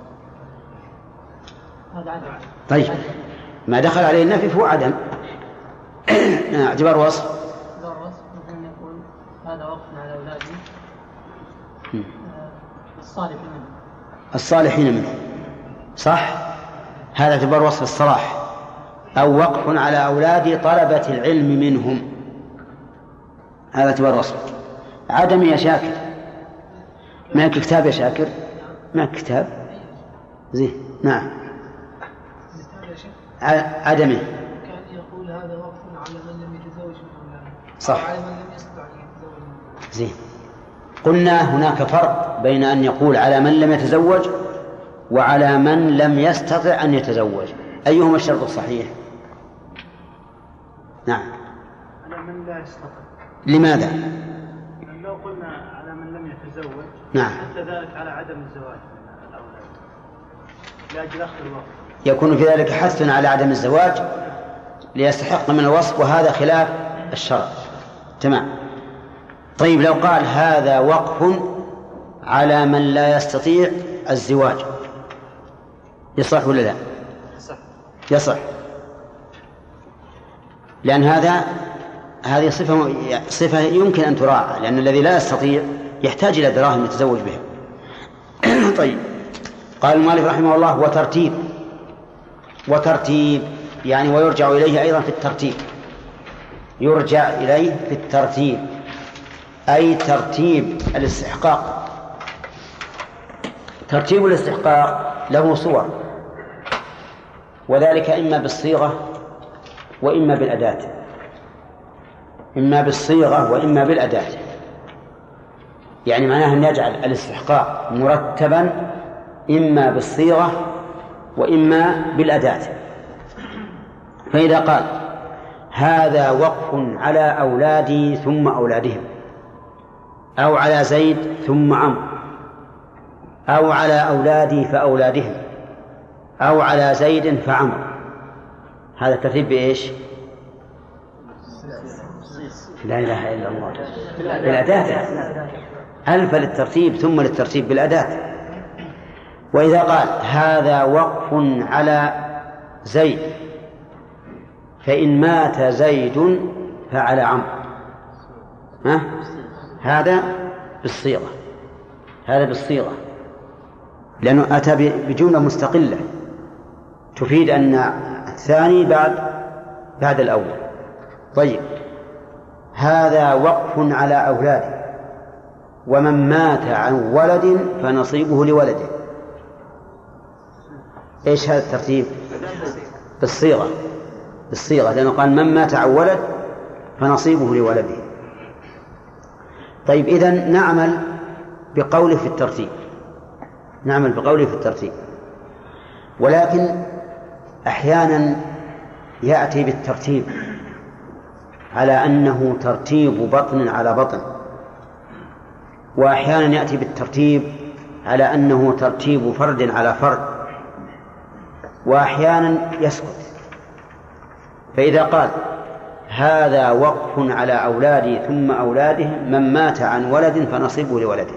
هذا عدم. طيب ما دخل عليه النفي فهو عدم. اعتبار وصف. اعتبار وصف مثل يقول هذا وقف على أولادي الصالحين منه. صح، هذا اعتبار وصف الصلاح. أو وقف على أولاد طلبة العلم منهم، هذا اعتبار وصف. عدم يا شاكر، معك كتاب يا شاكر؟ معك كتاب زين. نعم عدمي. كان يقول هذا وقف على من لم يتزوج من أولاده. صح. على من لم يستطع أن يتزوج منه. زين. قلنا هناك فرق بين أن يقول على من لم يتزوج وعلى من لم يستطع أن يتزوج. أيهما الشرط الصحيح؟ نعم على من لا يستطع. لماذا؟ لو قلنا على من لم يتزوج نعم حتى ذلك على عدم الزواج من الأولاد لأجل أخذ الوقت يكون في ذلك حث على عدم الزواج ليستحق من الوصف، وهذا خلاف الشرع. تمام. طيب لو قال هذا وقف على من لا يستطيع الزواج يصح ولا لا؟ يصح، لأن هذه صفة يمكن أن تراعى، لأن الذي لا يستطيع يحتاج إلى دراهم يتزوج بها. طيب قال المؤلف رحمه الله وترتيب يعني ويرجع إليه أيضا في الترتيب. يرجع إليه في الترتيب أي ترتيب الاستحقاق. ترتيب الاستحقاق له صور، وذلك إما بالصيغة وإما بالأداة. إما بالصيغة وإما بالأداة، يعني معناه أن يجعل الاستحقاق مرتبا إما بالصيغة وإما بالأداة. فإذا قال هذا وقف على أولادي ثم أولادهم، أو على زيد ثم عمرو، أو على أولادي فأولادهم، أو على زيد فعمرو، هذا الترتيب بإيش؟ لا إله إلا الله، بالأداة. ألف للترتيب ثم للترتيب بالأداة. وإذا قال هذا وقف على زيد فإن مات زيد فعلى عمرو، هذا بالصيغة، هذا بالصيغة، لأنه أتى بجملة مستقلة تفيد أن الثاني بعد الأول. طيب، هذا وقف على أولاده ومن مات عن ولد فنصيبه لولده. إيش هذا الترتيب؟ بالصيغة، لأنه قال من مات عن ولد فنصيبه لولده. طيب، إذن نعمل بقوله في الترتيب، ولكن أحيانا يأتي بالترتيب على أنه ترتيب بطن على بطن، وأحيانا يأتي بالترتيب على أنه ترتيب فرد على فرد، وأحيانا يسكت. فإذا قال هذا وقف على أولادي ثم أولادهم من مات عن ولد فنصيبه لولده،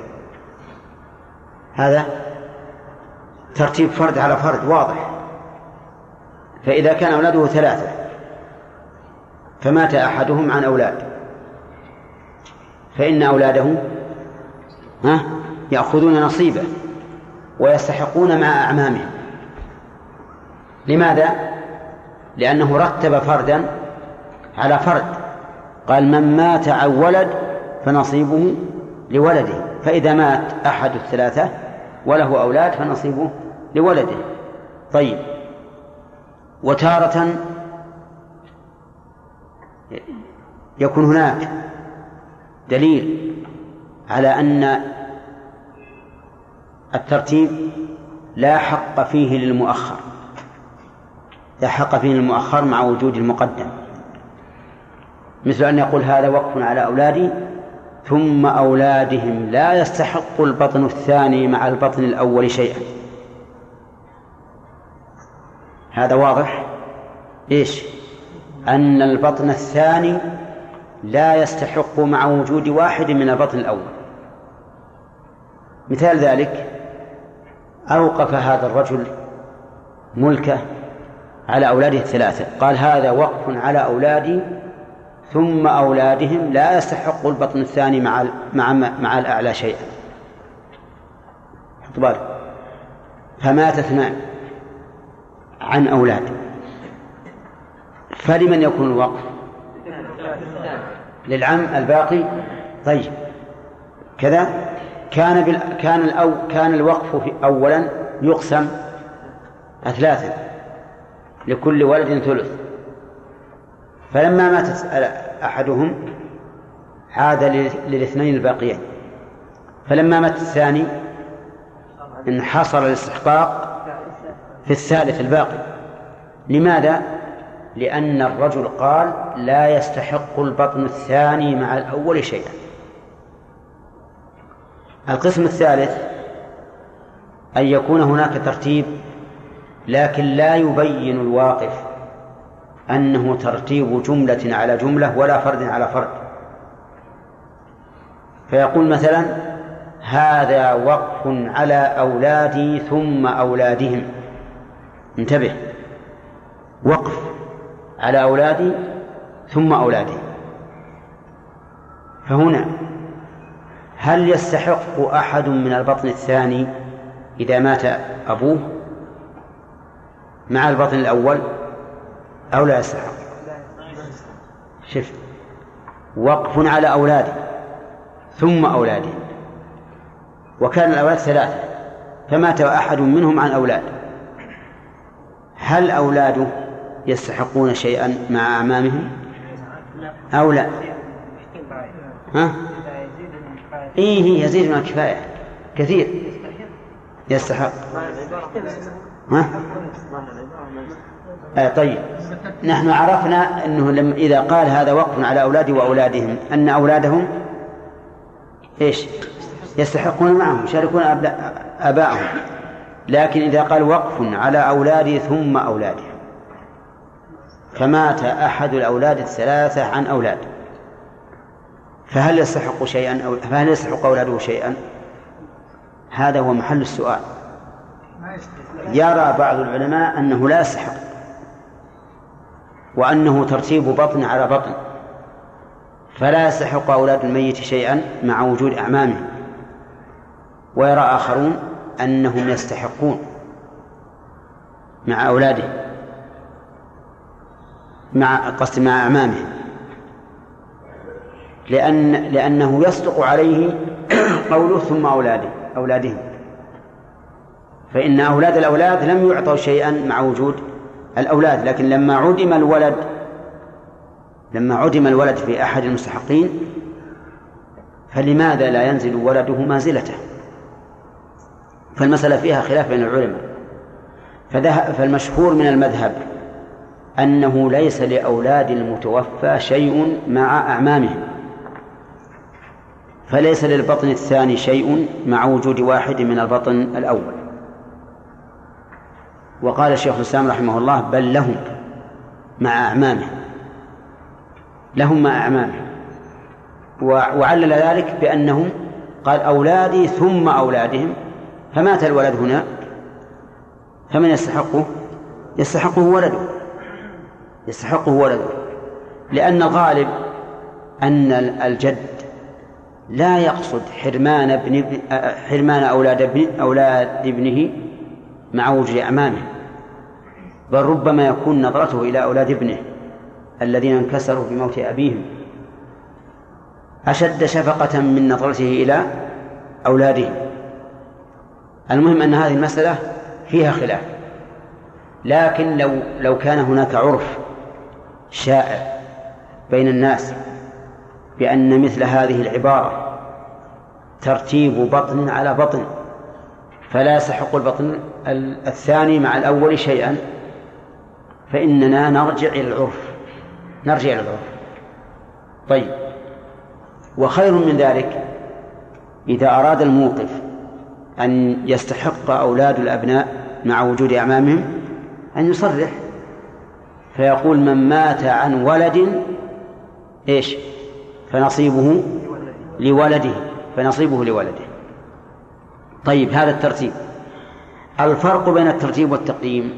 هذا ترتيب فرد على فرد واضح. فإذا كان أولاده 3 فمات أحدهم عن أولاد فإن أولاده يأخذون نصيبه ويستحقون مع أعمامهم. لماذا؟ لأنه رتب فردا على فرد، قال من مات عن ولد فنصيبه لولده، فإذا مات أحد 3 وله أولاد فنصيبه لولده. طيب، وتارة يكون هناك دليل على أن الترتيب لا حق فيه للمؤخر مع وجود المقدم، مثل أن يقول هذا وقف على أولادي ثم أولادهم لا يستحق البطن الثاني مع البطن الأول شيئا. هذا واضح إيش؟ أن البطن الثاني لا يستحق مع وجود واحد من البطن الأول. مثال ذلك أوقف هذا الرجل ملكه على أولاده 3، قال هذا وقف على أولادي ثم أولادهم لا يستحق البطن الثاني مع الأعلى شيئا. حط بالك، فمات 2 عن أولاد، فلمن يكون الوقف؟ للعم الباقي. طيب، كذا كان الوقف أولا يقسم 3 لكل ولد 3، فلما مات أحدهم عاد للاثنين الباقيين، فلما مات الثاني انحصر الاستحقاق في الثالث الباقي. لماذا؟ لأن الرجل قال لا يستحق البطن الثاني مع الأول شيئا. القسم الثالث أن يكون هناك ترتيب لكن لا يبين الواقف أنه ترتيب جملة على جملة ولا فرد على فرد، فيقول مثلا هذا وقف على أولادي ثم أولادهم. انتبه، وقف على أولادي ثم أولادهم، فهنا هل يستحق أحد من البطن الثاني إذا مات أبوه مع البطن الأول أو لا يستحق؟ شف، وقف على أولادي ثم أولادهم، وكان الأولاد 3 فمات أحد منهم عن أولاد، هل أولاده يستحقون شيئا مع أعمامهم أو لا؟ إيه، يزيد من الكفاية كثير. يستحق. طيب، نحن عرفنا أنه إذا قال هذا وقف على أولادي وأولادهم أن أولادهم إيش يستحقون معهم، يشاركون آباءهم. لكن إذا قال وقف على أولادي ثم أولادهم، فمات أحد الأولاد الثلاثة عن أولاد، فهل يستحق شيئا فهل يستحق أولاده شيئا؟ هذا هو محل السؤال. يرى بعض العلماء أنه لا يستحق، وأنه ترتيب بطن على بطن، فلا يستحق أولاد الميت شيئا مع وجود أعمامه. ويرى آخرون أنهم يستحقون مع أولاده، مع أعمامه، لأنه يصدق عليه قوله ثم أولادهم، فإن أولاد الأولاد لم يعطوا شيئا مع وجود الأولاد. لكن لما عدم الولد في أحد المستحقين، فلماذا لا ينزل ولده منزلته؟ فالمسألة فيها خلاف بين العلماء. فالمشهور من المذهب أنه ليس لأولاد المتوفى شيء مع أعمامهم، فليس للبطن الثاني شيء مع وجود واحد من البطن الأول. وقال الشيخ الإسلام رحمه الله بل لهم مع أعمامهم، وعلل ذلك بأنهم قال أولادي ثم أولادهم، فمات الولد هنا، فمن يستحقه ولده، لأن الغالب أن الجد لا يقصد حرمان أولاد ابنه مع وجود أعمامه، بل ربما يكون نظرته إلى أولاد ابنه الذين انكسروا بموت أبيهم أشد شفقة من نظرته إلى أولادهم. المهم أن هذه المسألة فيها خلاف، لكن لو كان هناك عرف شائع بين الناس بأن مثل هذه العبارة ترتيب بطن على بطن، فلا يستحق البطن الثاني مع الأول شيئا، فإننا نرجع إلى العرف. طيب، وخير من ذلك إذا أراد الموقف أن يستحق أولاد الأبناء مع وجود أعمامهم أن يصرح فيقول من مات عن ولد إيش فنصيبه لولده. طيب، هذا الترتيب. الفرق بين الترتيب والتقديم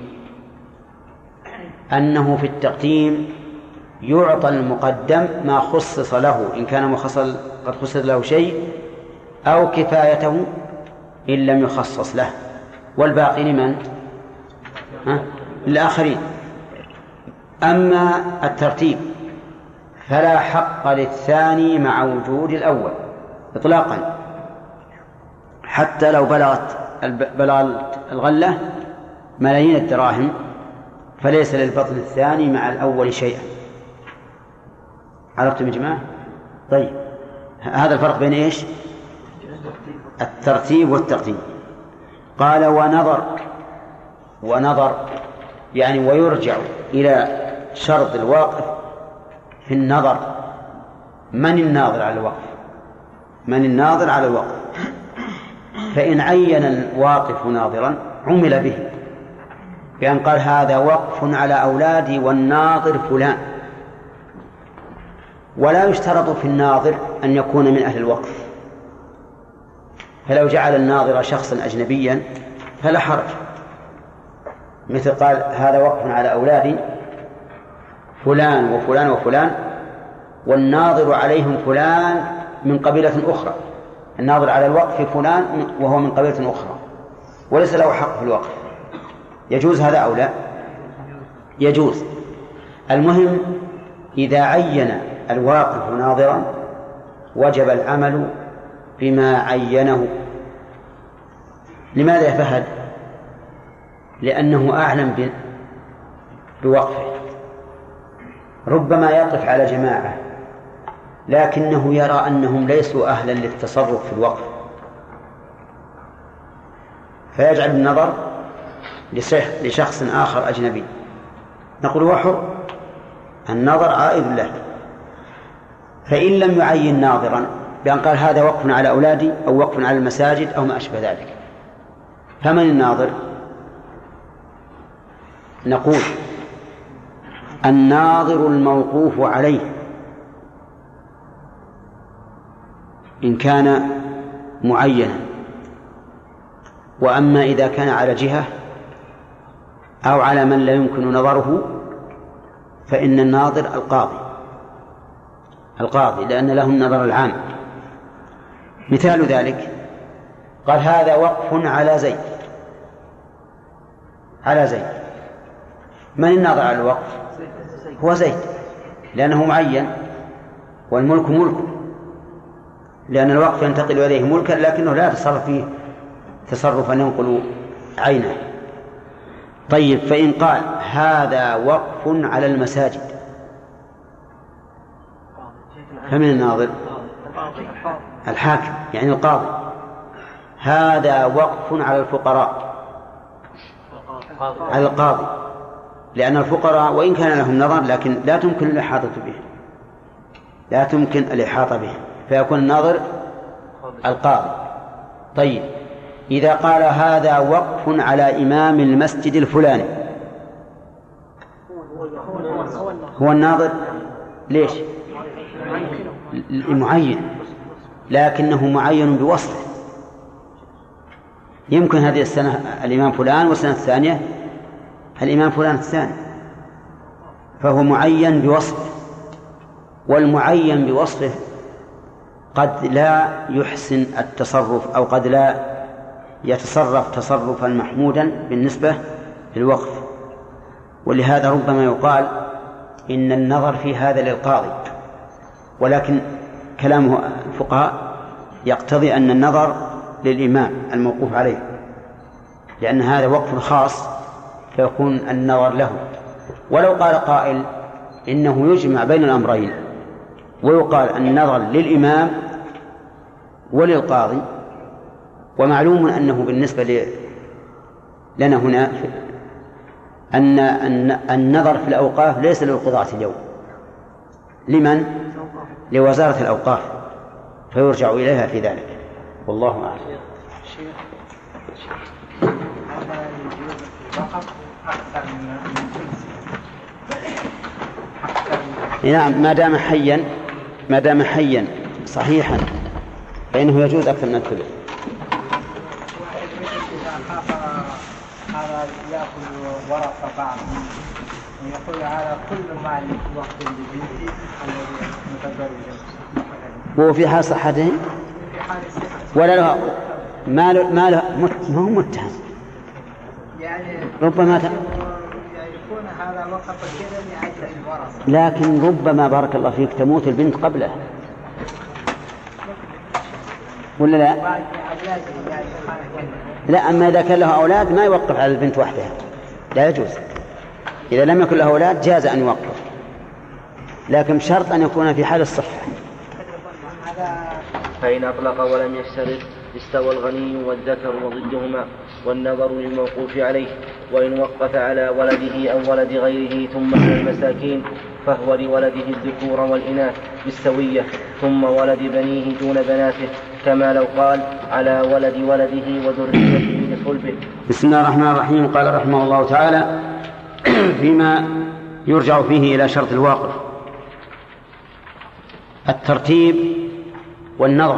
أنه في التقديم يعطى المقدم ما خصص له إن كان قد خصص له شيء، أو كفايته إن لم يخصص له، والباقي لمن؟ للآخرين. أما الترتيب فلا حق للثاني مع وجود الأول إطلاقا، حتى لو بلغت الغلة ملايين الدراهم، فليس للبطن الثاني مع الأول شيئا. عرفتم يا جماعة؟ طيب، هذا الفرق بين إيش؟ الترتيب والتقديم. قال ونظر يعني ويرجع إلى شرط الواقف في النظر. من الناظر على الوقف؟ فإن عين الواقف ناظرا عمل به، بأن قال هذا وقف على أولادي والناظر فلان. ولا يشترط في الناظر أن يكون من أهل الوقف، فلو جعل الناظر شخصا أجنبيا فلا حرج، مثل قال هذا وقف على أولادي فلان وفلان وفلان، والناظر عليهم فلان من قبيلة أخرى. الناظر على الوقف فلان وهو من قبيلة أخرى وليس له حق في الوقف. يجوز هذا أو لا؟ يجوز. المهم إذا عين الواقف ناظرا وجب العمل بما عينه. لماذا يا فهد؟ لأنه أعلم بوقفه. ربما يقف على جماعة لكنه يرى أنهم ليسوا أهلا للتصرف في الوقف، فيجعل النظر لشخص آخر أجنبي، نقول وحر النظر عائد له. فإن لم يعين ناظرا بأن قال هذا وقف على أولادي أو وقف على المساجد أو ما أشبه ذلك، فمن الناظر؟ نقول الناظر الموقوف عليه إن كان معينا. وأما إذا كان على جهة أو على من لا يمكن نظره فإن الناظر القاضي لأن له النظر العام. مثال ذلك قال هذا وقف على زيد، من الناظر على الوقف؟ هو زيد لأنه معين، والملك ملكه، لأن الوقف ينتقل إليه ملكا لكنه لا يتصرف فيه تصرفا ينقل عينه. طيب فإن قال هذا وقف على المساجد فمن الناظر؟ الحاكم يعني القاضي. هذا وقف على الفقراء، على القاضي، لأن الفقراء وإن كان لهم نظر لكن لا تمكن الإحاطة به، فيكون الناظر القاضي. طيب إذا قال هذا وقف على إمام المسجد الفلاني، هو الناظر ليش؟ معين، لكنه معين بوصفه. يمكن هذه السنة الإمام فلان والسنة الثانية الإمام فلان الثاني، فهو معين بوصفه. والمعين بوصفه قد لا يحسن التصرف أو قد لا يتصرف تصرفا محمودا بالنسبة للوقف، ولهذا ربما يقال إن النظر في هذا للقاضي، ولكن كلامه الفقهاء يقتضي أن النظر للإمام الموقوف عليه، لأن هذا وقف خاص فيكون النظر له. ولو قال قائل إنه يجمع بين الأمرين ويقال النظر للإمام وللقاضي، ومعلوم أنه بالنسبة لنا هنا أن النظر في الأوقاف ليس للقضاة اليوم، لمن؟ لوزارة الأوقاف، فيرجع إليها في ذلك، والله أعلم. نعم، ما دام حيا صحيحا فإنه يجوز أكثر من الثلث. هذا يأكل ورقة بعض ويقول هذا كل مال وقت لبنتي متزوجة، وهو في حال صحته ولا له ما هو متهم، يعني ربما يكون هذا وقف كذا لأجل الورثة، لكن ربما بارك الله فيك تموت البنت قبله ولا لا؟ لا، أما إذا كان له أولاد ما يوقف على البنت وحدها، لا يجوز. إذا لم يكن له أولاد جاز أن يوقف، لكن شرط أن يكون في حال الصحة. فإن أطلق ولم يشترط استوى الغني والذكر وضدهما، والنظر للموقوف عليه. وإن وقف على ولده أو ولد غيره ثم على المساكين فهو لولده الذكور والإناث بالسوية، ثم ولد بنيه دون بناته، كما لو قال على ولد ولده وذريته لصلبه. بسم الله الرحمن الرحيم. قال رحمه الله تعالى فيما يرجع فيه إلى شرط الواقف: الترتيب والنظر.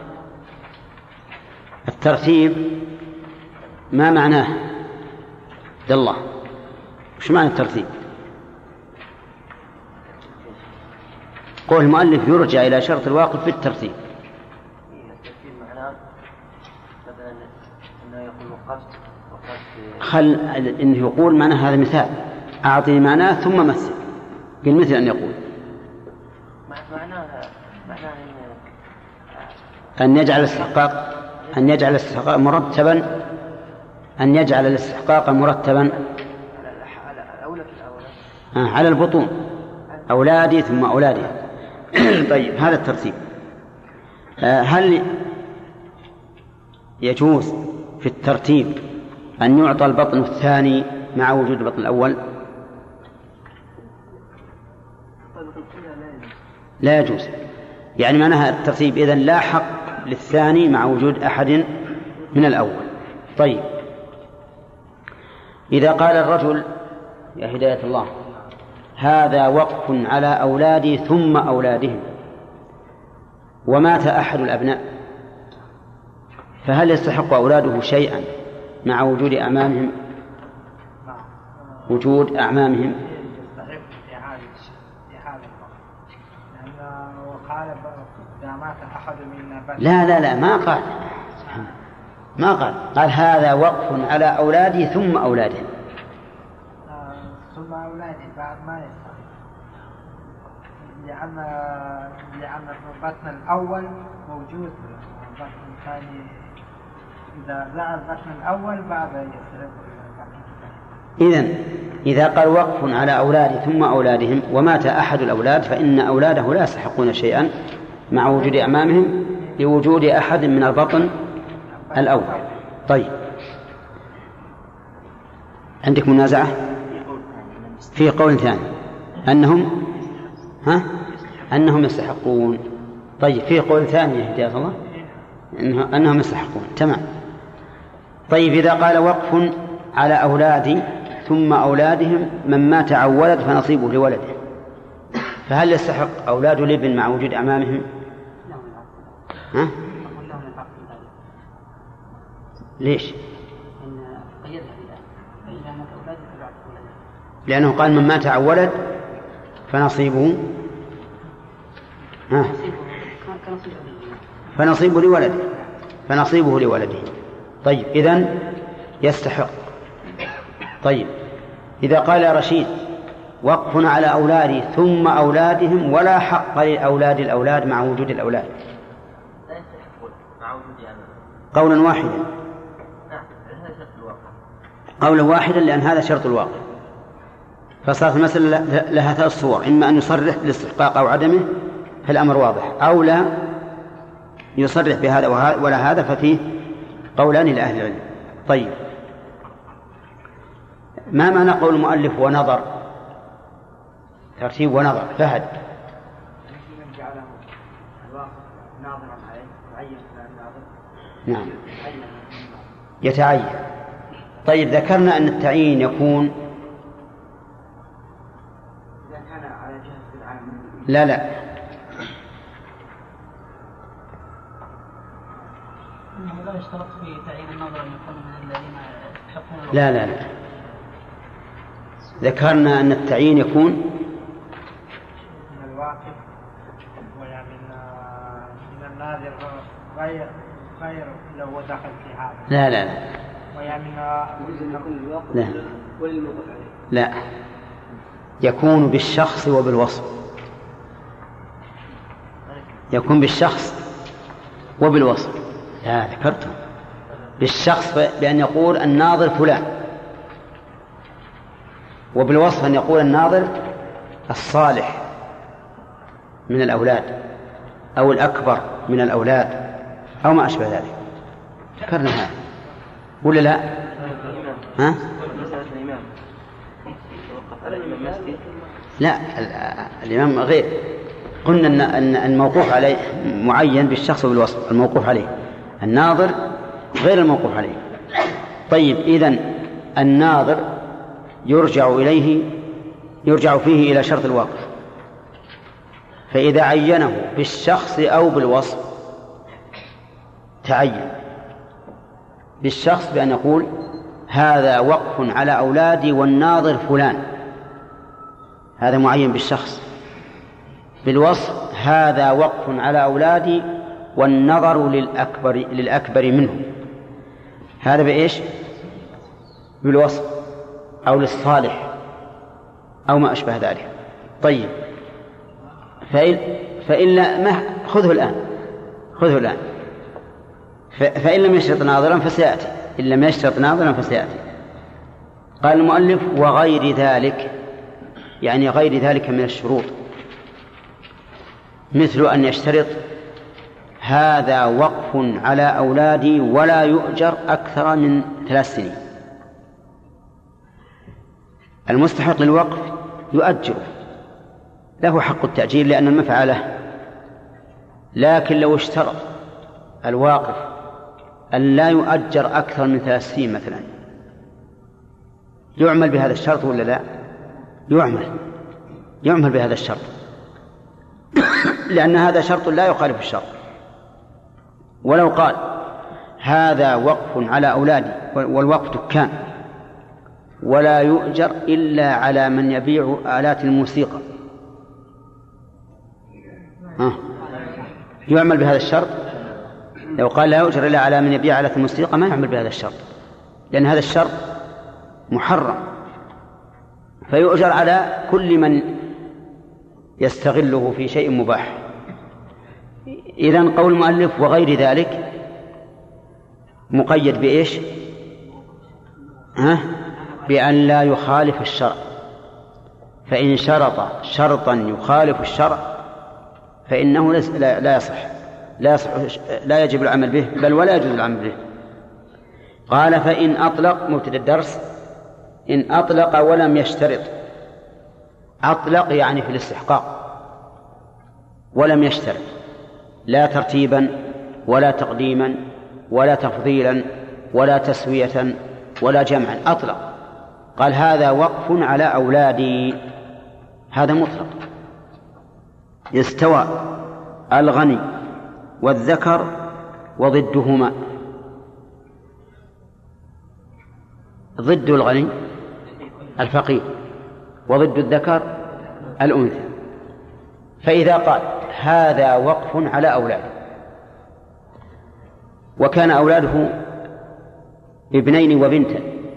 الترتيب ما معناه؟ عبد الله، وش معنى الترتيب؟ قول المؤلف يرجع إلى شرط الواقف في الترتيب. الترتيب معناه مثلا أنه يقول وقفت خل إنه يقول معنى هذا مثال، أعطني معناه ثم مثل. قل مثل أن يقول معناه أن يجعل الاستحقاق مرتبا، أن يجعل الاستحقاق مرتبا على البطون، أولادي ثم أولادي. طيب، هذا الترتيب. هل يجوز في الترتيب أن يعطى البطن الثاني مع وجود البطن الأول؟ لا يجوز. يعني معناها الترتيب إذن لا حق للثاني مع وجود أحد من الأول. طيب، إذا قال الرجل يا هداية الله هذا وقف على أولادي ثم أولادهم ومات أحد الأبناء، فهل يستحق أولاده شيئا مع وجود أعمامهم؟ وجود أعمامهم لا ما قال هذا وقف على أولادي ثم أولادهم. ثم أولادي بعد ما يستحق، لأن البطن الأول موجود، البطن الثاني إذا لا البطن الأول بعد يستحق. إذن إذا قال وقف على أولادي ثم أولادهم ومات أحد الأولاد فإن أولاده لا يستحقون شيئا مع وجود أعمامهم لوجود أحد من البطن الأول. طيب، عندك منازعة في قول ثاني أنهم يستحقون. طيب، في قول ثاني يا هداية الله أنهم يستحقون. تمام. طيب، إذا قال وقف على أولادي ثم أولادهم من مات عن ولد فنصيبه لولده، فهل يستحق أولاد الابن مع وجود أعمامهم؟ ليش؟ لأنه قال من مات عن ولد فنصيبه فنصيبه لولده. طيب، إذن يستحق. طيب، إذا قال يا رشيد وقف على أولادي ثم أولادهم ولا حق لأولاد الأولاد مع وجود الأولاد، لا يستحقون مع وجود قولا واحدا. قولا واحدا لأن هذا شرط الواقع، فصارت المسألة لها ثلاث صور: إما أن يصرح بالاستحقاق أو عدمه فالأمر واضح، أو لا يصرح بهذا ولا هذا ففيه قولان لأهل العلم. طيب، ما معنى قول المؤلف ونظر؟ ترتيب ونظر. فهد. نعم، يتعين. طيب، ذكرنا أن التعيين يكون لا لا يشترط في تعيين النظر أن يكون من الذين يحقون. لا ذكرنا أن التعيين يكون من الواقف من الناظر غير لو دخل في هذا. لا يكون بالشخص وبالوصف. يكون بالشخص وبالوصف. لا ذكرته بالشخص بأن يقول الناظر فلان، وبالوصف أن يقول الناظر الصالح من الأولاد أو الأكبر من الأولاد أو ما أشبه ذلك. ذكرنا هذا ولا لا؟ لا، الإمام غير. قلنا أن الموقوف عليه معين بالشخص وبالوصف. الموقوف عليه الناظر غير الموقوف عليه. طيب، إذن الناظر يرجع فيه إلى شرط الواقف، فإذا عينه بالشخص أو بالوصف تعين. بالشخص بأن يقول هذا وقف على أولادي والناظر فلان، هذا معين بالشخص. بالوصف هذا وقف على أولادي والنظر للأكبر منهم، هذا بإيش؟ بالوصف أو للصالح أو ما أشبه ذلك. طيب، فإلا ما خذه الآن فإن لم يشترط ناظرا فسيأتي. إن لم يشترط ناظرا فسيأتي. قال المؤلف وغير ذلك، يعني غير ذلك من الشروط، مثل أن يشترط هذا وقف على أولادي ولا يؤجر أكثر من 3 سنين. المستحق للوقف يؤجر، له حق التأجير لأن المنفعة له، لكن لو اشترط الواقف أن لا يؤجر أكثر من 3 سنين مثلا، يعمل بهذا الشرط ولا لا؟ يعمل بهذا الشرط لأن هذا شرط لا يخالف الشرط. ولو قال هذا وقف على أولادي والوقف دكان ولا يؤجر إلا على من يبيع آلات الموسيقى، يعمل بهذا الشرط. لو قال لا يؤجر إلا على من يبيع آلات الموسيقى ما يعمل بهذا الشرط، لأن هذا الشرط محرم، فيؤجر على كل من يستغله في شيء مباح. إذن قول المؤلف وغير ذلك مقيد بإيش؟ بأن لا يخالف الشرع، فإن شرط شرطا يخالف الشرع فإنه لا يصح، لا يجب العمل به، بل ولا يجوز العمل به. قال فإن أطلق، مبتدأ الدرس، إن أطلق ولم يشترط. أطلق يعني في الاستحقاق ولم يشترط، لا ترتيبا ولا تقديما ولا تفضيلا ولا تسوية ولا جمعا، أطلق. قال هذا وقف على أولادي، هذا مطلق. يستوى الغني والذكر وضدهما. ضد الغني الفقير، وضد الذكر الأنثى. فإذا قال هذا وقف على أولاده وكان أولاده ابنين وبنتا،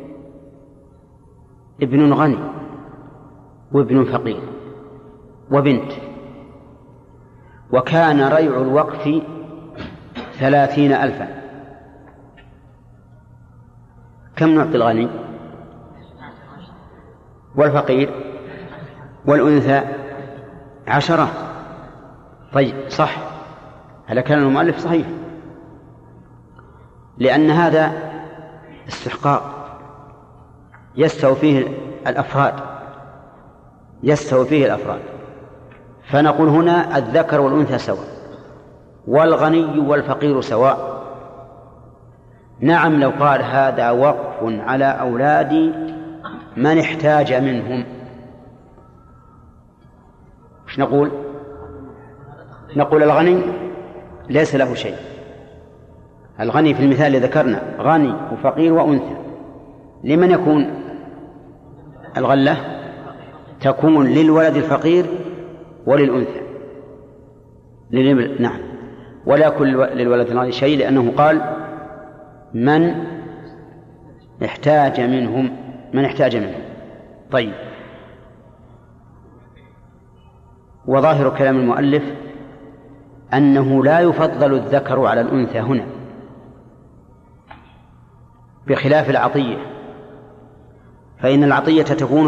ابن غني وابن فقير وبنت، وكان ريع الوقف 30,000، كم نعطي الغني والفقير والأنثى؟ 10. طيب صح، هذا كلام المؤلف صحيح، لأن هذا استحقاق يستوي فيه الأفراد، فنقول هنا الذكر والأنثى سواء والغني والفقير سواء. نعم لو قال هذا وقف على أولادي من احتاج منهم، ايش نقول؟ نقول الغني ليس له شيء. الغني في المثال اللي ذكرنا غني وفقير وأنثى، لمن يكون الغلة؟ تكون للولد الفقير وللأنثى، نعم، ولا يكون للولد الغني شيء، لأنه قال من احتاج منهم. طيب، وظاهر كلام المؤلف أنه لا يفضل الذكر على الأنثى هنا، بخلاف العطية، فإن العطية تكون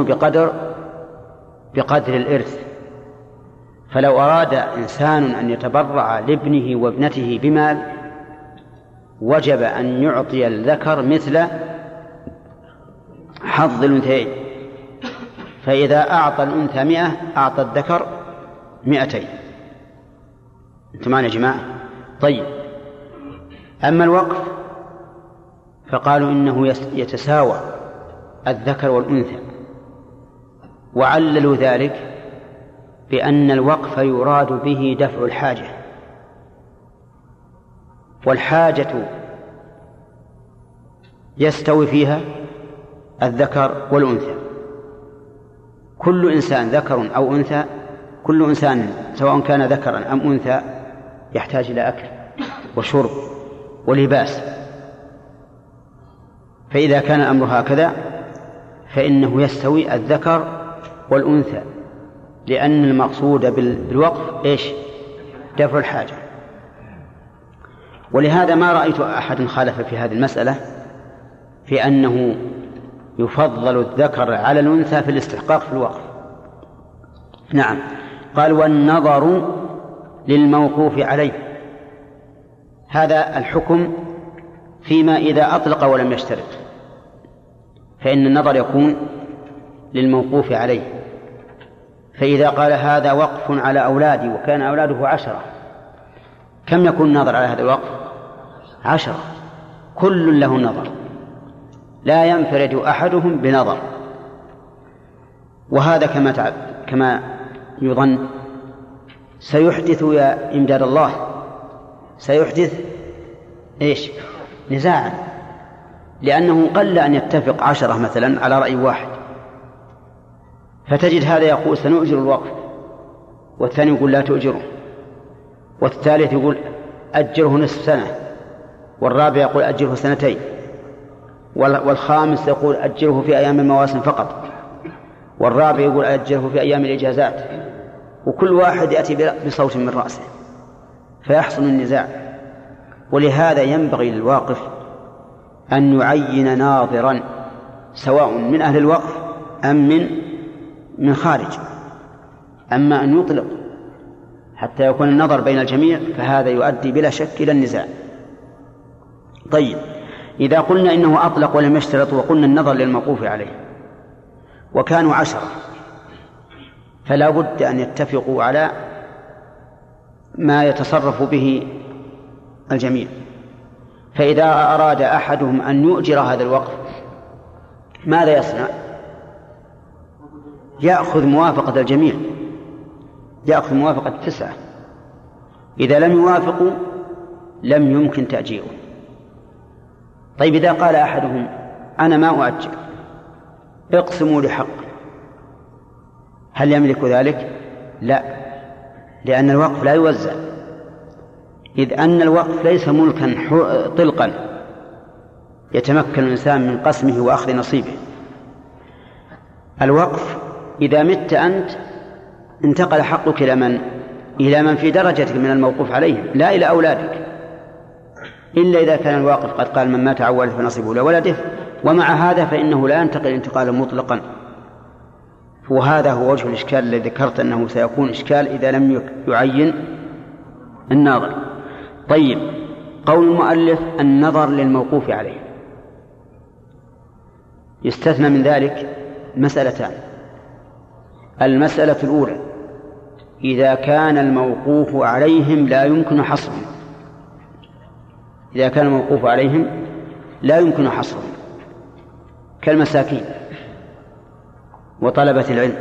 بقدر الإرث. فلو أراد إنسان أن يتبرع لابنه وابنته بمال وجب أن يعطي الذكر مثل حظ الأنثيين، فإذا أعطى الأنثى 100 أعطى الذكر 200. أنتم معنا يا جماعة؟ طيب، أما الوقف فقالوا إنه يتساوى الذكر والأنثى، وعللوا ذلك بأن الوقف يراد به دفع الحاجة، والحاجة يستوي فيها الذكر والأنثى. كل إنسان ذكر أو أنثى، كل إنسان سواء كان ذكرا أم أنثى يحتاج إلى أكل وشرب ولباس، فإذا كان الأمر هكذا فإنه يستوي الذكر والأنثى، لأن المقصود بالوقف إيش؟ دفع الحاجة. ولهذا ما رأيت أحد خالف في هذه المسألة في أنه يفضل الذكر على الأنثى في الاستحقاق في الوقف. نعم. قال والنظر للموقوف عليه، هذا الحكم فيما إذا أطلق ولم يشترط، فإن النظر يكون للموقوف عليه. فإذا قال هذا وقف على أولادي وكان أولاده 10، كم يكون النظر على هذا الوقف؟ 10، كل له نظر، لا ينفرد أحدهم بنظر. وهذا كما يظن سيحدث يا إمداد الله، سيحدث إيش؟ نزاعا، لأنه قل أن يتفق 10 مثلا على رأي واحد، فتجد هذا يقول سنؤجر الوقف، والثاني يقول لا تؤجره، والثالث يقول أجره نصف سنة، والرابع يقول أجره 2 سنين، والخامس يقول أجره في أيام المواسم فقط، والرابع يقول أجره في أيام الإجازات، وكل واحد يأتي بصوت من رأسه فيحصل النزاع. ولهذا ينبغي للواقف أن يعين ناظرا سواء من أهل الوقف أم من خارج. أما أن يطلق حتى يكون النظر بين الجميع فهذا يؤدي بلا شك إلى النزاع. طيب، إذا قلنا إنه أطلق ولم يشترط وقلنا النظر للموقوف عليه وكانوا 10، فلا بد أن يتفقوا على ما يتصرف به الجميع. فإذا أراد أحدهم أن يؤجر هذا الوقف ماذا يصنع؟ يأخذ موافقة الجميع، يأخذ موافقة 9، إذا لم يوافقوا لم يمكن تأجيره. طيب، إذا قال أحدهم أنا ما أؤجر، اقسموا لحق، هل يملك ذلك؟ لا، لأن الوقف لا يوزع، إذ أن الوقف ليس ملكا طلقا يتمكن الإنسان من قسمه وأخذ نصيبه. الوقف إذا مت أنت انتقل حقك إلى من في درجتك من الموقوف عليه، لا إلى أولادك، إلا إذا كان الواقف قد قال من مات عن ولده فنصيبه لولده، ومع هذا فإنه لا ينتقل انتقالا مطلقا. وهذا هو وجه الإشكال الذي ذكرت أنه سيكون إشكال إذا لم يعين الناظر. طيب، قول المؤلف النظر للموقوف عليه، يستثنى من ذلك مسألتان. المسألة الأولى إذا كان الموقوف عليهم لا يمكن حصرهم، إذا كان الموقوف عليهم لا يمكن حصرهم كالمساكين وطلبة العلم،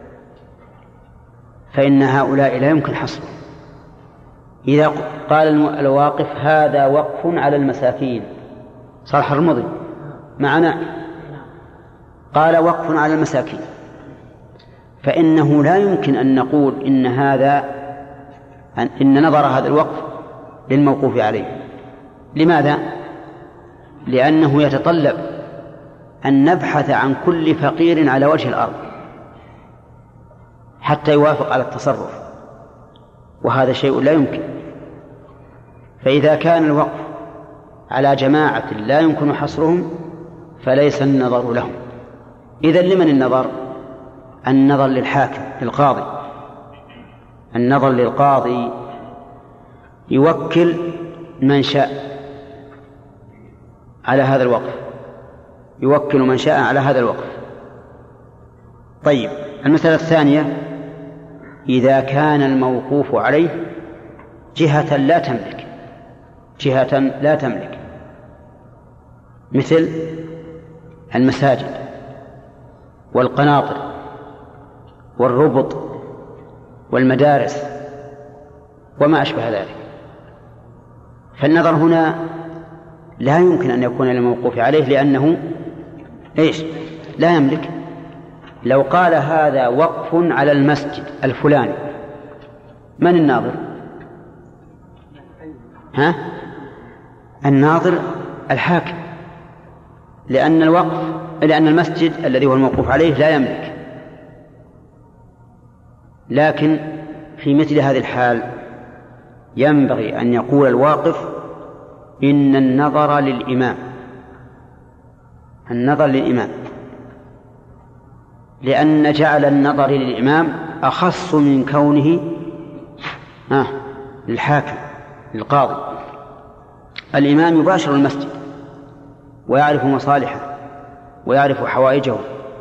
فإن هؤلاء لا يمكن حصرهم. إذا قال الواقف هذا وقف على المساكين، صالح المضي معنا قال وقف على المساكين، فإنه لا يمكن أن نقول إن نظر هذا الوقف للموقوف عليه. لماذا؟ لأنه يتطلب أن نبحث عن كل فقير على وجه الأرض حتى يوافق على التصرف، وهذا شيء لا يمكن. فإذا كان الوقف على جماعة لا يمكن حصرهم فليس النظر لهم. إذن لمن النظر؟ النظر للحاكم، للقاضي. النظر للقاضي يوكل من شاء على هذا الوقف، يوكل من شاء على هذا الوقف. طيب، المسألة الثانية إذا كان الموقوف عليه جهة لا تملك، مثل المساجد والقناطر والربط والمدارس وما أشبه ذلك، فالنظر هنا لا يمكن أن يكون للموقوف عليه لأنه لا يملك. لو قال هذا وقف على المسجد الفلاني، من الناظر؟ الناظر الحاكم، لأن المسجد الذي هو الموقوف عليه لا يملك. لكن في مثل هذه الحال ينبغي أن يقول الواقف إن النظر للإمام، لأن جعل النظر للإمام أخص من كونه للحاكم للقاضي. الإمام يباشر المسجد ويعرف مصالحه ويعرف حوائجه،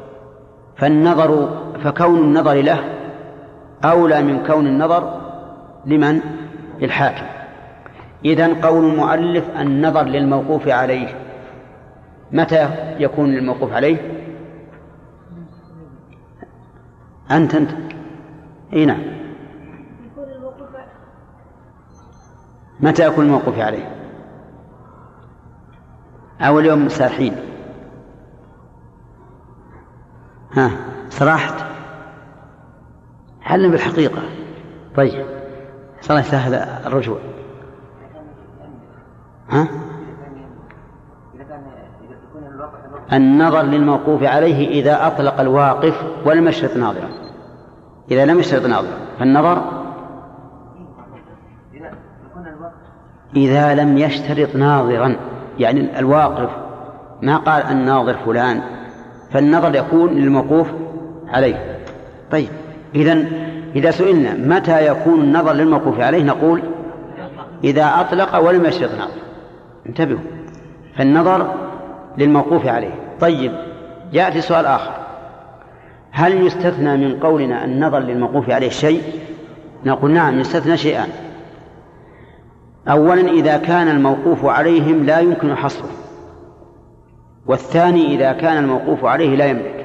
فكون النظر له أولى من كون النظر لمن؟ للحاكم. إذن قول المؤلف النظر للموقوف عليه، متى يكون للموقوف عليه؟ أنت إيه نعم، متى يكون الموقوف عليه؟ أول يوم سارحين، ها صراحت حل بالحقيقة. طيب صراحة سهل الرجوع. ها؟ النظر للموقوف عليه إذا أطلق الواقف ولم يشترط ناظرا. إذا لم يشترط ناظرا فالنظر إذا لم يشترط ناظرا، يعني الواقف ما قال الناظر فلان، فالنظر يكون للموقوف عليه. طيب إذا سئلنا متى يكون النظر للموقوف عليه نقول إذا أطلق ولم يشترط ناظر. انتبهوا، فالنظر للموقوف عليه. طيب يأتي سؤال آخر، هل يستثنى من قولنا النظر للموقوف عليه شيء؟ نقول نعم، يستثنى شيئان. أولا إذا كان الموقوف عليهم لا يمكن حصره، والثاني إذا كان الموقوف عليه لا يملك.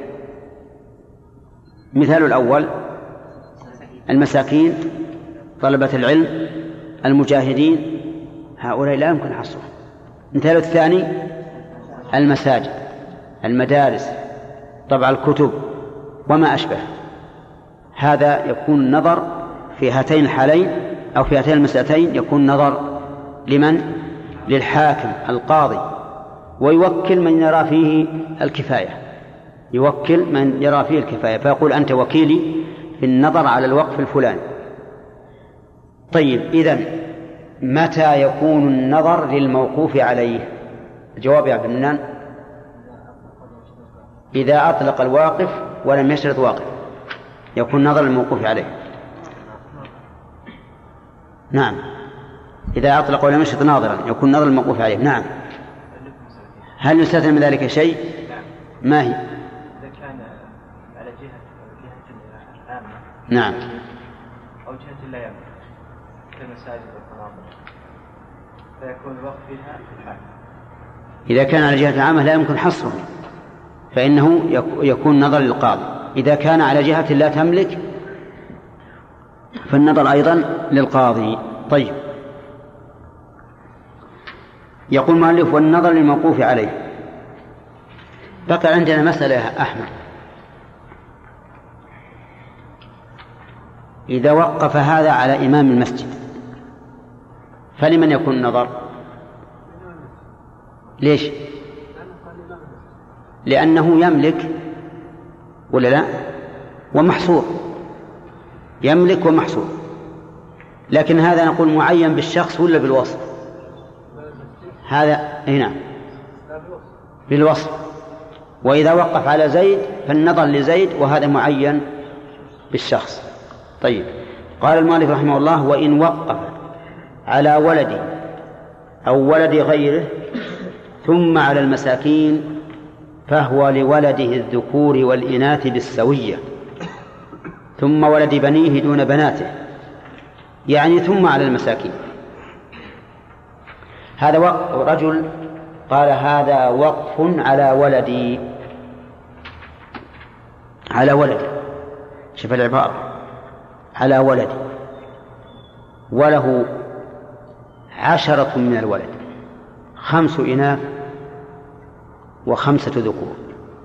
مثال الأول المساكين، طلبة العلم، المجاهدين، هؤلاء لا يمكن حصرهم. مثال الثاني المساجد، المدارس، طبع الكتب وما أشبه. هذا يكون النظر في هاتين الحالين أو في هاتين المسألتين يكون نظر لمن؟ للحاكم القاضي، ويوكل من يرى فيه الكفاية، يوكل من يرى فيه الكفاية فيقول أنت وكيلي في النظر على الوقف الفلاني. طيب إذن متى يكون النظر للموقوف عليه؟ الجواب يا عبد المنان إذا أطلق الواقف ولم يشترط واقف يكون نظر للموقوف عليه. نعم، إذا أطلق ولم يشترط ناظرا يكون نظر للموقوف عليه. نعم. هل يستثنى من ذلك شيء؟ ما هي؟ إذا كان على جهة العامة نعم، أو جهة لا يملك كالمساجد والقناطر فيكون الوقف فيها الحاكم. إذا كان على جهة العامة لا يمكن حصره فإنه يكون نظر للقاضي. إذا كان على جهة لا تملك فالنظر أيضا للقاضي. طيب يقول مؤلف والنظر للموقوف عليه. بقى عندنا مسألة يا أحمد، إذا وقف هذا على إمام المسجد فلمن يكون النظر؟ ليش؟ لأنه يملك ولا لا؟ ومحصور، يملك ومحصور. لكن هذا نقول معين بالشخص ولا بالوصف؟ هذا هنا بالوصف. وإذا وقف على زيد فالنظر لزيد وهذا معين بالشخص. طيب قال المؤلف رحمه الله وإن وقف على ولدي أو ولد غيره ثم على المساكين فهو لولده الذكور والإناث بالسوية، ثم ولد بنيه دون بناته، يعني ثم على المساكين. هذا رجل قال هذا وقف على ولدي، على ولدي، شوف العبارة، على ولدي، وله 10 من الولد، 5 إناث و5 ذكور،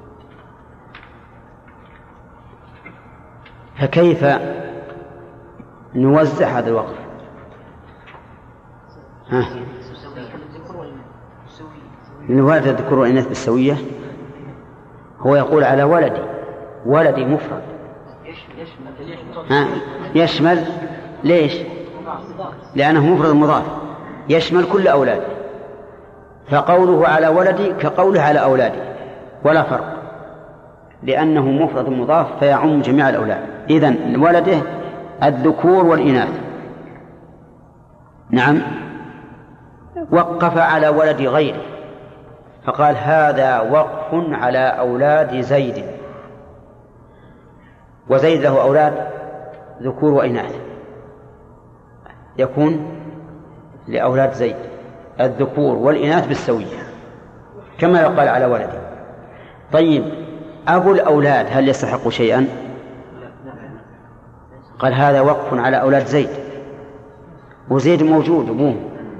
فكيف نوزع هذا الوقف؟ من ولد الذكور والإناث بالسوية، هو يقول على ولدي، ولدي مفرد يشمل ليش؟ لأنه مفرد مضاف يشمل كل أولاده، فقوله على ولدي كقوله على أولادي ولا فرق، لأنه مفرد مضاف فيعم جميع الأولاد. إذن ولده الذكور والإناث. نعم وقف على ولد غيره فقال هذا وقف على أولاد زيد، وزيد له أولاد ذكور وإناث، يكون لأولاد زيد الذكور والإناث بالسوية كما يقال على ولده. طيب أبو الأولاد هل يستحق شيئا؟ قال هذا وقف على أولاد زيد، وزيد موجود أبوه،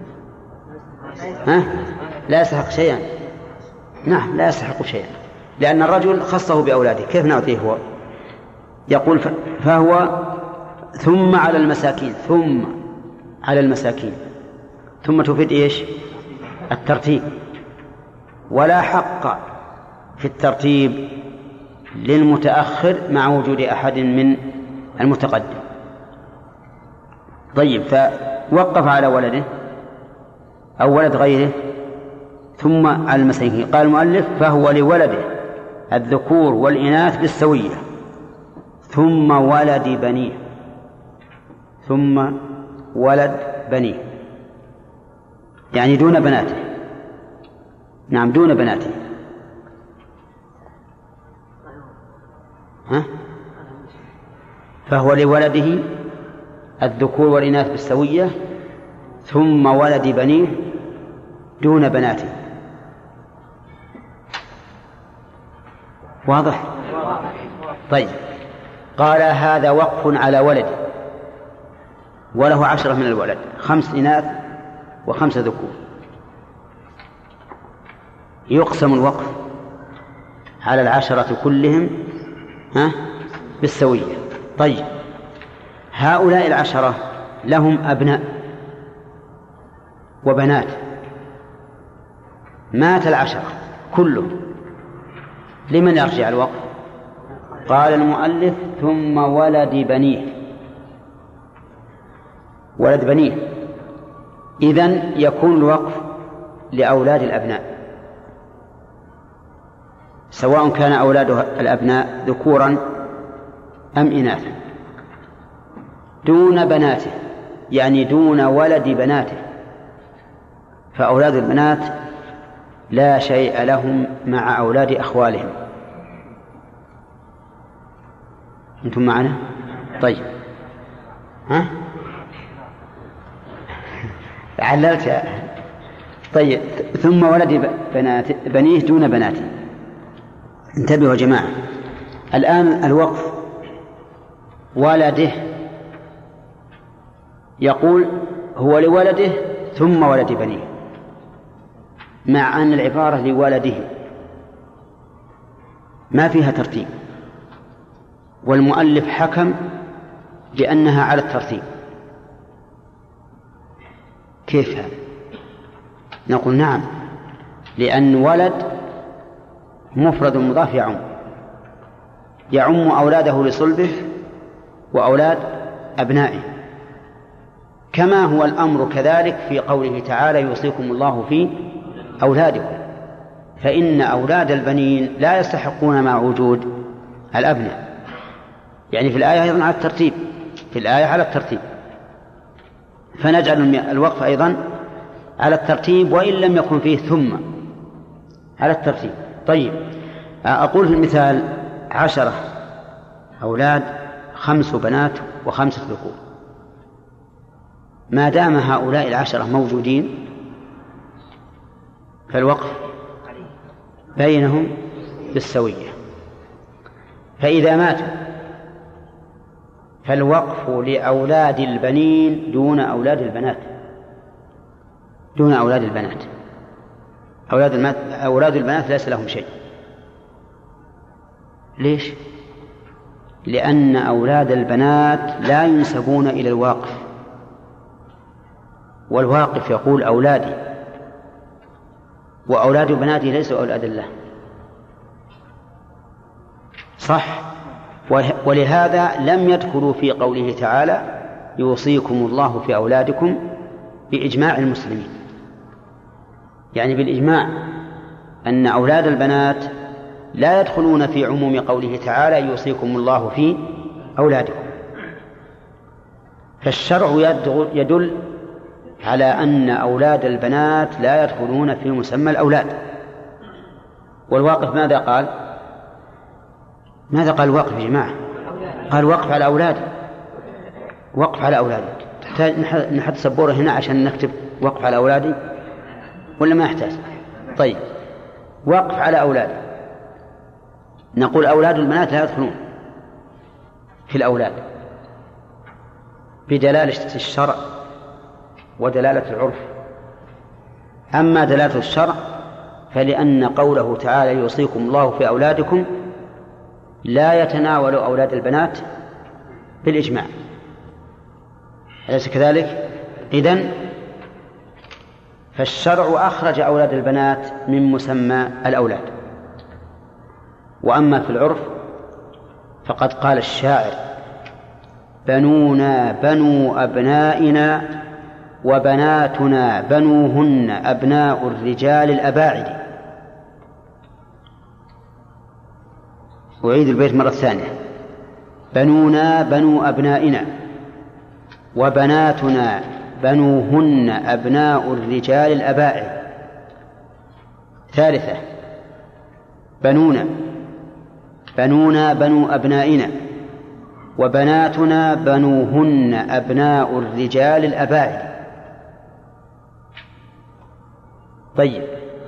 لا يستحق شيئا. نعم لا يستحق شيئا، لأن الرجل خصه بأولاده، كيف نعطيه هو؟ يقول فهو ثم على المساكين، ثم على المساكين، ثم تفيد إيش؟ الترتيب، ولا حق في الترتيب للمتأخر مع وجود أحد من المتقدم. طيب فوقف على ولده أو ولد غيره ثم على المساكين. قال المؤلف فهو لولده الذكور والإناث بالسوية ثم ولد بنيه، ثم ولد بنيه يعني دون بناته. نعم دون بناته. فهو لولده الذكور والإناث بالسوية ثم ولد بنيه دون بناته. واضح؟ طيب قال هذا وقف على ولد وله 10 من الولد، 5 إناث و5 ذكور. يقسم الوقف على 10 كلهم بالسوية. طيب هؤلاء 10 لهم أبناء وبنات، مات 10 كلهم، لمن يرجع الوقف؟ قال المؤلف ثم ولد بنيه، ولد بنيه، إذن يكون الوقف لأولاد الأبناء، سواء كان أولاد الأبناء ذكورا أم إناثا، دون بناته يعني دون ولد بناته. فأولاد البنات لا شيء لهم مع أولاد أخوالهم. أنتم معنا؟ طيب عللت. طيب ثم ولد بنيه دون بناته. انتبهوا يا جماعة، الآن الوقف ولده، يقول هو لولده ثم ولد بنيه، مع أن العبارة لولده ما فيها ترتيب، والمؤلف حكم بأنها على الترتيب. كيف هذا؟ نقول نعم، لأن ولد مفرد مضاف يعم أولاده لصلبه وأولاد أبنائه، كما هو الأمر كذلك في قوله تعالى يوصيكم الله في أولادكم، فإن أولاد البنين لا يستحقون مع وجود الأبناء. يعني في الآية أيضا على الترتيب، في الآية على الترتيب، فنجعل الوقف أيضا على الترتيب وإن لم يكن فيه ثم على الترتيب. طيب أقول في المثال 10 أولاد 5 بنات و5 ذكور، ما دام هؤلاء 10 موجودين فالوقف بينهم بالسوية. فإذا ماتوا فالوقف لأولاد البنين دون أولاد البنات، دون أولاد البنات. أولاد البنات ليس لهم شيء. ليش؟ لأن أولاد البنات لا ينسبون إلى الواقف، والواقف يقول أولادي، وأولاد بناتي ليسوا أولاد الله، صح؟ ولهذا لم يدخلوا في قوله تعالى يوصيكم الله في أولادكم بإجماع المسلمين، يعني بالإجماع أن أولاد البنات لا يدخلون في عموم قوله تعالى يوصيكم الله في أولادكم. فالشرع يدل على أن أولاد البنات لا يدخلون في مسمى الأولاد. والواقف ماذا قال؟ ماذا قال الواقف يا جماعة؟ قال وقف على أولاد، وقف على أولادي. تحتاج نحط سبورة هنا عشان نكتب وقف على أولادي ولا ما يحتاج؟ طيب، وقف على أولادي. نقول أولاد البنات لا يدخلون في الأولاد بدلالة الشرع ودلالة العرف. أما دلالة الشرع فلأن قوله تعالى يوصيكم الله في أولادكم لا يتناول أولاد البنات بالإجماع، أليس كذلك؟ إذن فالشرع أخرج أولاد البنات من مسمى الأولاد. وأما في العرف فقد قال الشاعر: بنونا بنو أبنائنا وبناتنا بنوهن أبناء الرجال الأباعد. أعيد البيت مرة ثانية: بنونا بنو أبنائنا وبناتنا بنوهن أبناء الرجال الأباعد. ثالثة: بنونا بنو أبنائنا وبناتنا بنوهن أبناء الرجال الأباعد. طيب،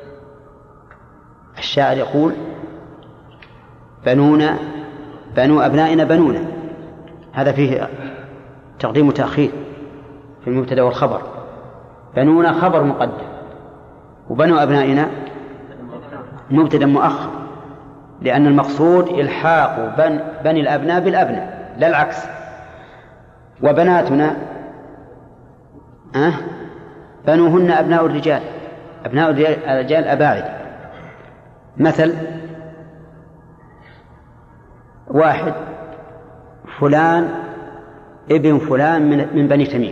الشاعر يقول: بنونا بنو أبنائنا بنونا، هذا فيه تقديم وتأخير في المبتدأ والخبر. بنونا خبر مقدم، وبنو أبنائنا مبتدأ مؤخر، لأن المقصود إلحاق بني الأبناء بالأبناء لا العكس. وبناتنا بنوهن أبناء الرجال، أبناء الرجال أباعد. مثل: واحد فلان ابن فلان من بني تميم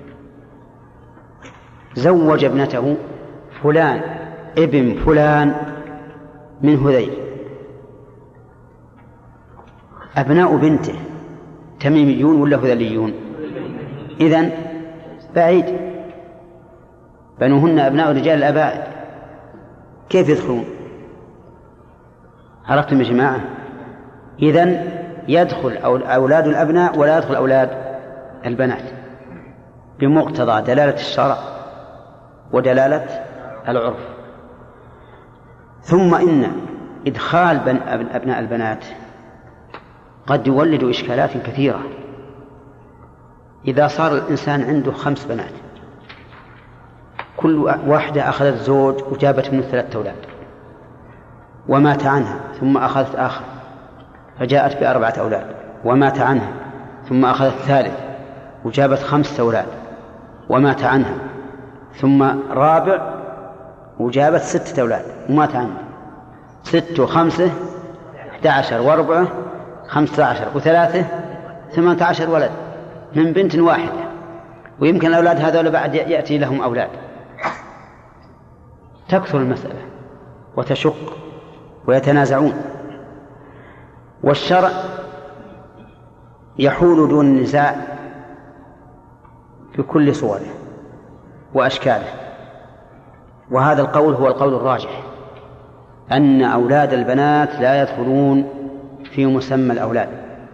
زوج ابنته فلان ابن فلان من هذيل. أبناء بنته تميميون ولا هذليون؟ إذن بعيد. بنوهن أبناء الرجال الأباعد، كيف يدخلون؟ عرفتم يا جماعة؟ إذن يدخل أولاد الأبناء ولا يدخل أولاد البنات بمقتضى دلالة الشرع ودلالة العرف. ثم إن إدخال أبناء البنات قد يولد إشكالات كثيرة. إذا صار الإنسان عنده 5 بنات، كل واحدة أخذت زوج وجابت منه 3 أولاد، ومات عنها ثم أخذت آخر فجاءت ب4 أولاد، ومات عنها ثم أخذت ثالث وجابت 5 أولاد، ومات عنها ثم رابع وجابت 6 أولاد ومات عنها. 6 و5 11 و4 15 و3 18 ولد من بنت واحدة، ويمكن الأولاد هذول بعد يأتي لهم أولاد. تكثر المسألة وتشق ويتنازعون، والشرع يحول دون النزاع بكل صوره وأشكاله. وهذا القول هو القول الراجح، أن أولاد البنات لا يدخلون في مسمى الأولاد.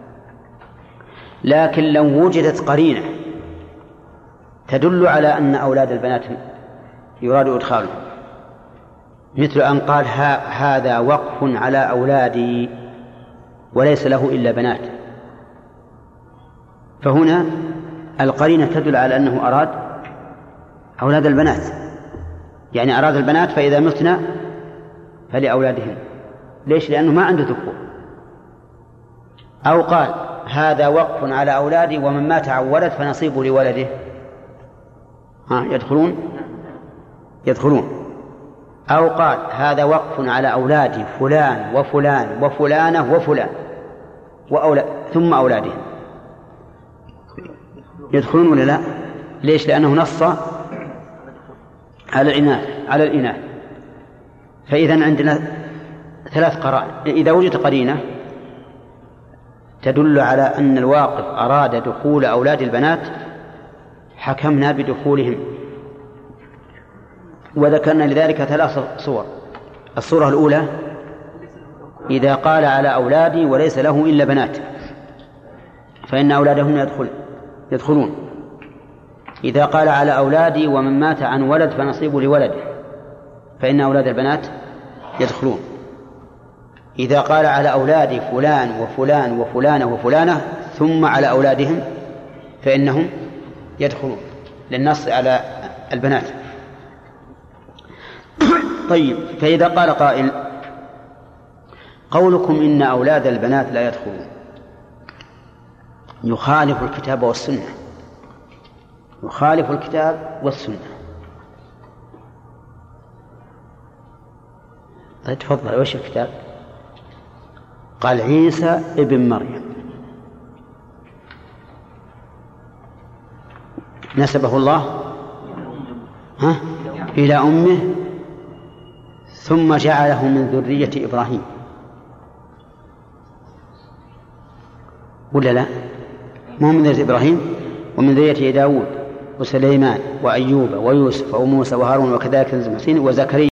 لكن لو وجدت قرينة تدل على أن أولاد البنات يراد إدخالهم، مثل أن قال هذا وقف على أولادي وليس له إلا بنات، فهنا القرينة تدل على أنه أراد أولاد البنات، يعني أراد البنات فإذا متنا فلأولادهم. ليش؟ لأنه ما عنده ذكور. أو قال هذا وقف على أولادي ومن مات عن ولد فنصيبه لولده، يدخلون. أو قال هذا وقف على أولادي فلان وفلان وفلانة وفلان ثم أولادهم، يدخلون ولا لا؟ ليش؟ لأنه نص على الإناث. فإذا عندنا 3 قرائن. إذا وجدت قرينة تدل على أن الواقف أراد دخول أولاد البنات حكمنا بدخولهم وذكرنا لذلك 3 صور. الصورة الأولى إذا قال على أولادي وليس له إلا بنات فإن أولادهم يدخلون. إذا قال على أولادي ومن مات عن ولد فنصيب لولده فإن أولاد البنات يدخلون. إذا قال على أولاد فلان وفلان وفلانة وفلانة ثم على أولادهم فإنهم يدخلون للنص على البنات. طيب، فإذا قال قائل قولكم إن أولاد البنات لا يدخلون يخالف الكتاب والسنة، يخالف الكتاب والسنة. طيب تفضل، وش الكتاب؟ قال عيسى ابن مريم نسبه الله إلى أمه ثم جعله من ذرية إبراهيم، ولا لا؟ مو من ذرية إبراهيم ومن ذرية داود وسليمان وأيوب ويوسف وموسى وهارون وكذلك المحسنين وزكريا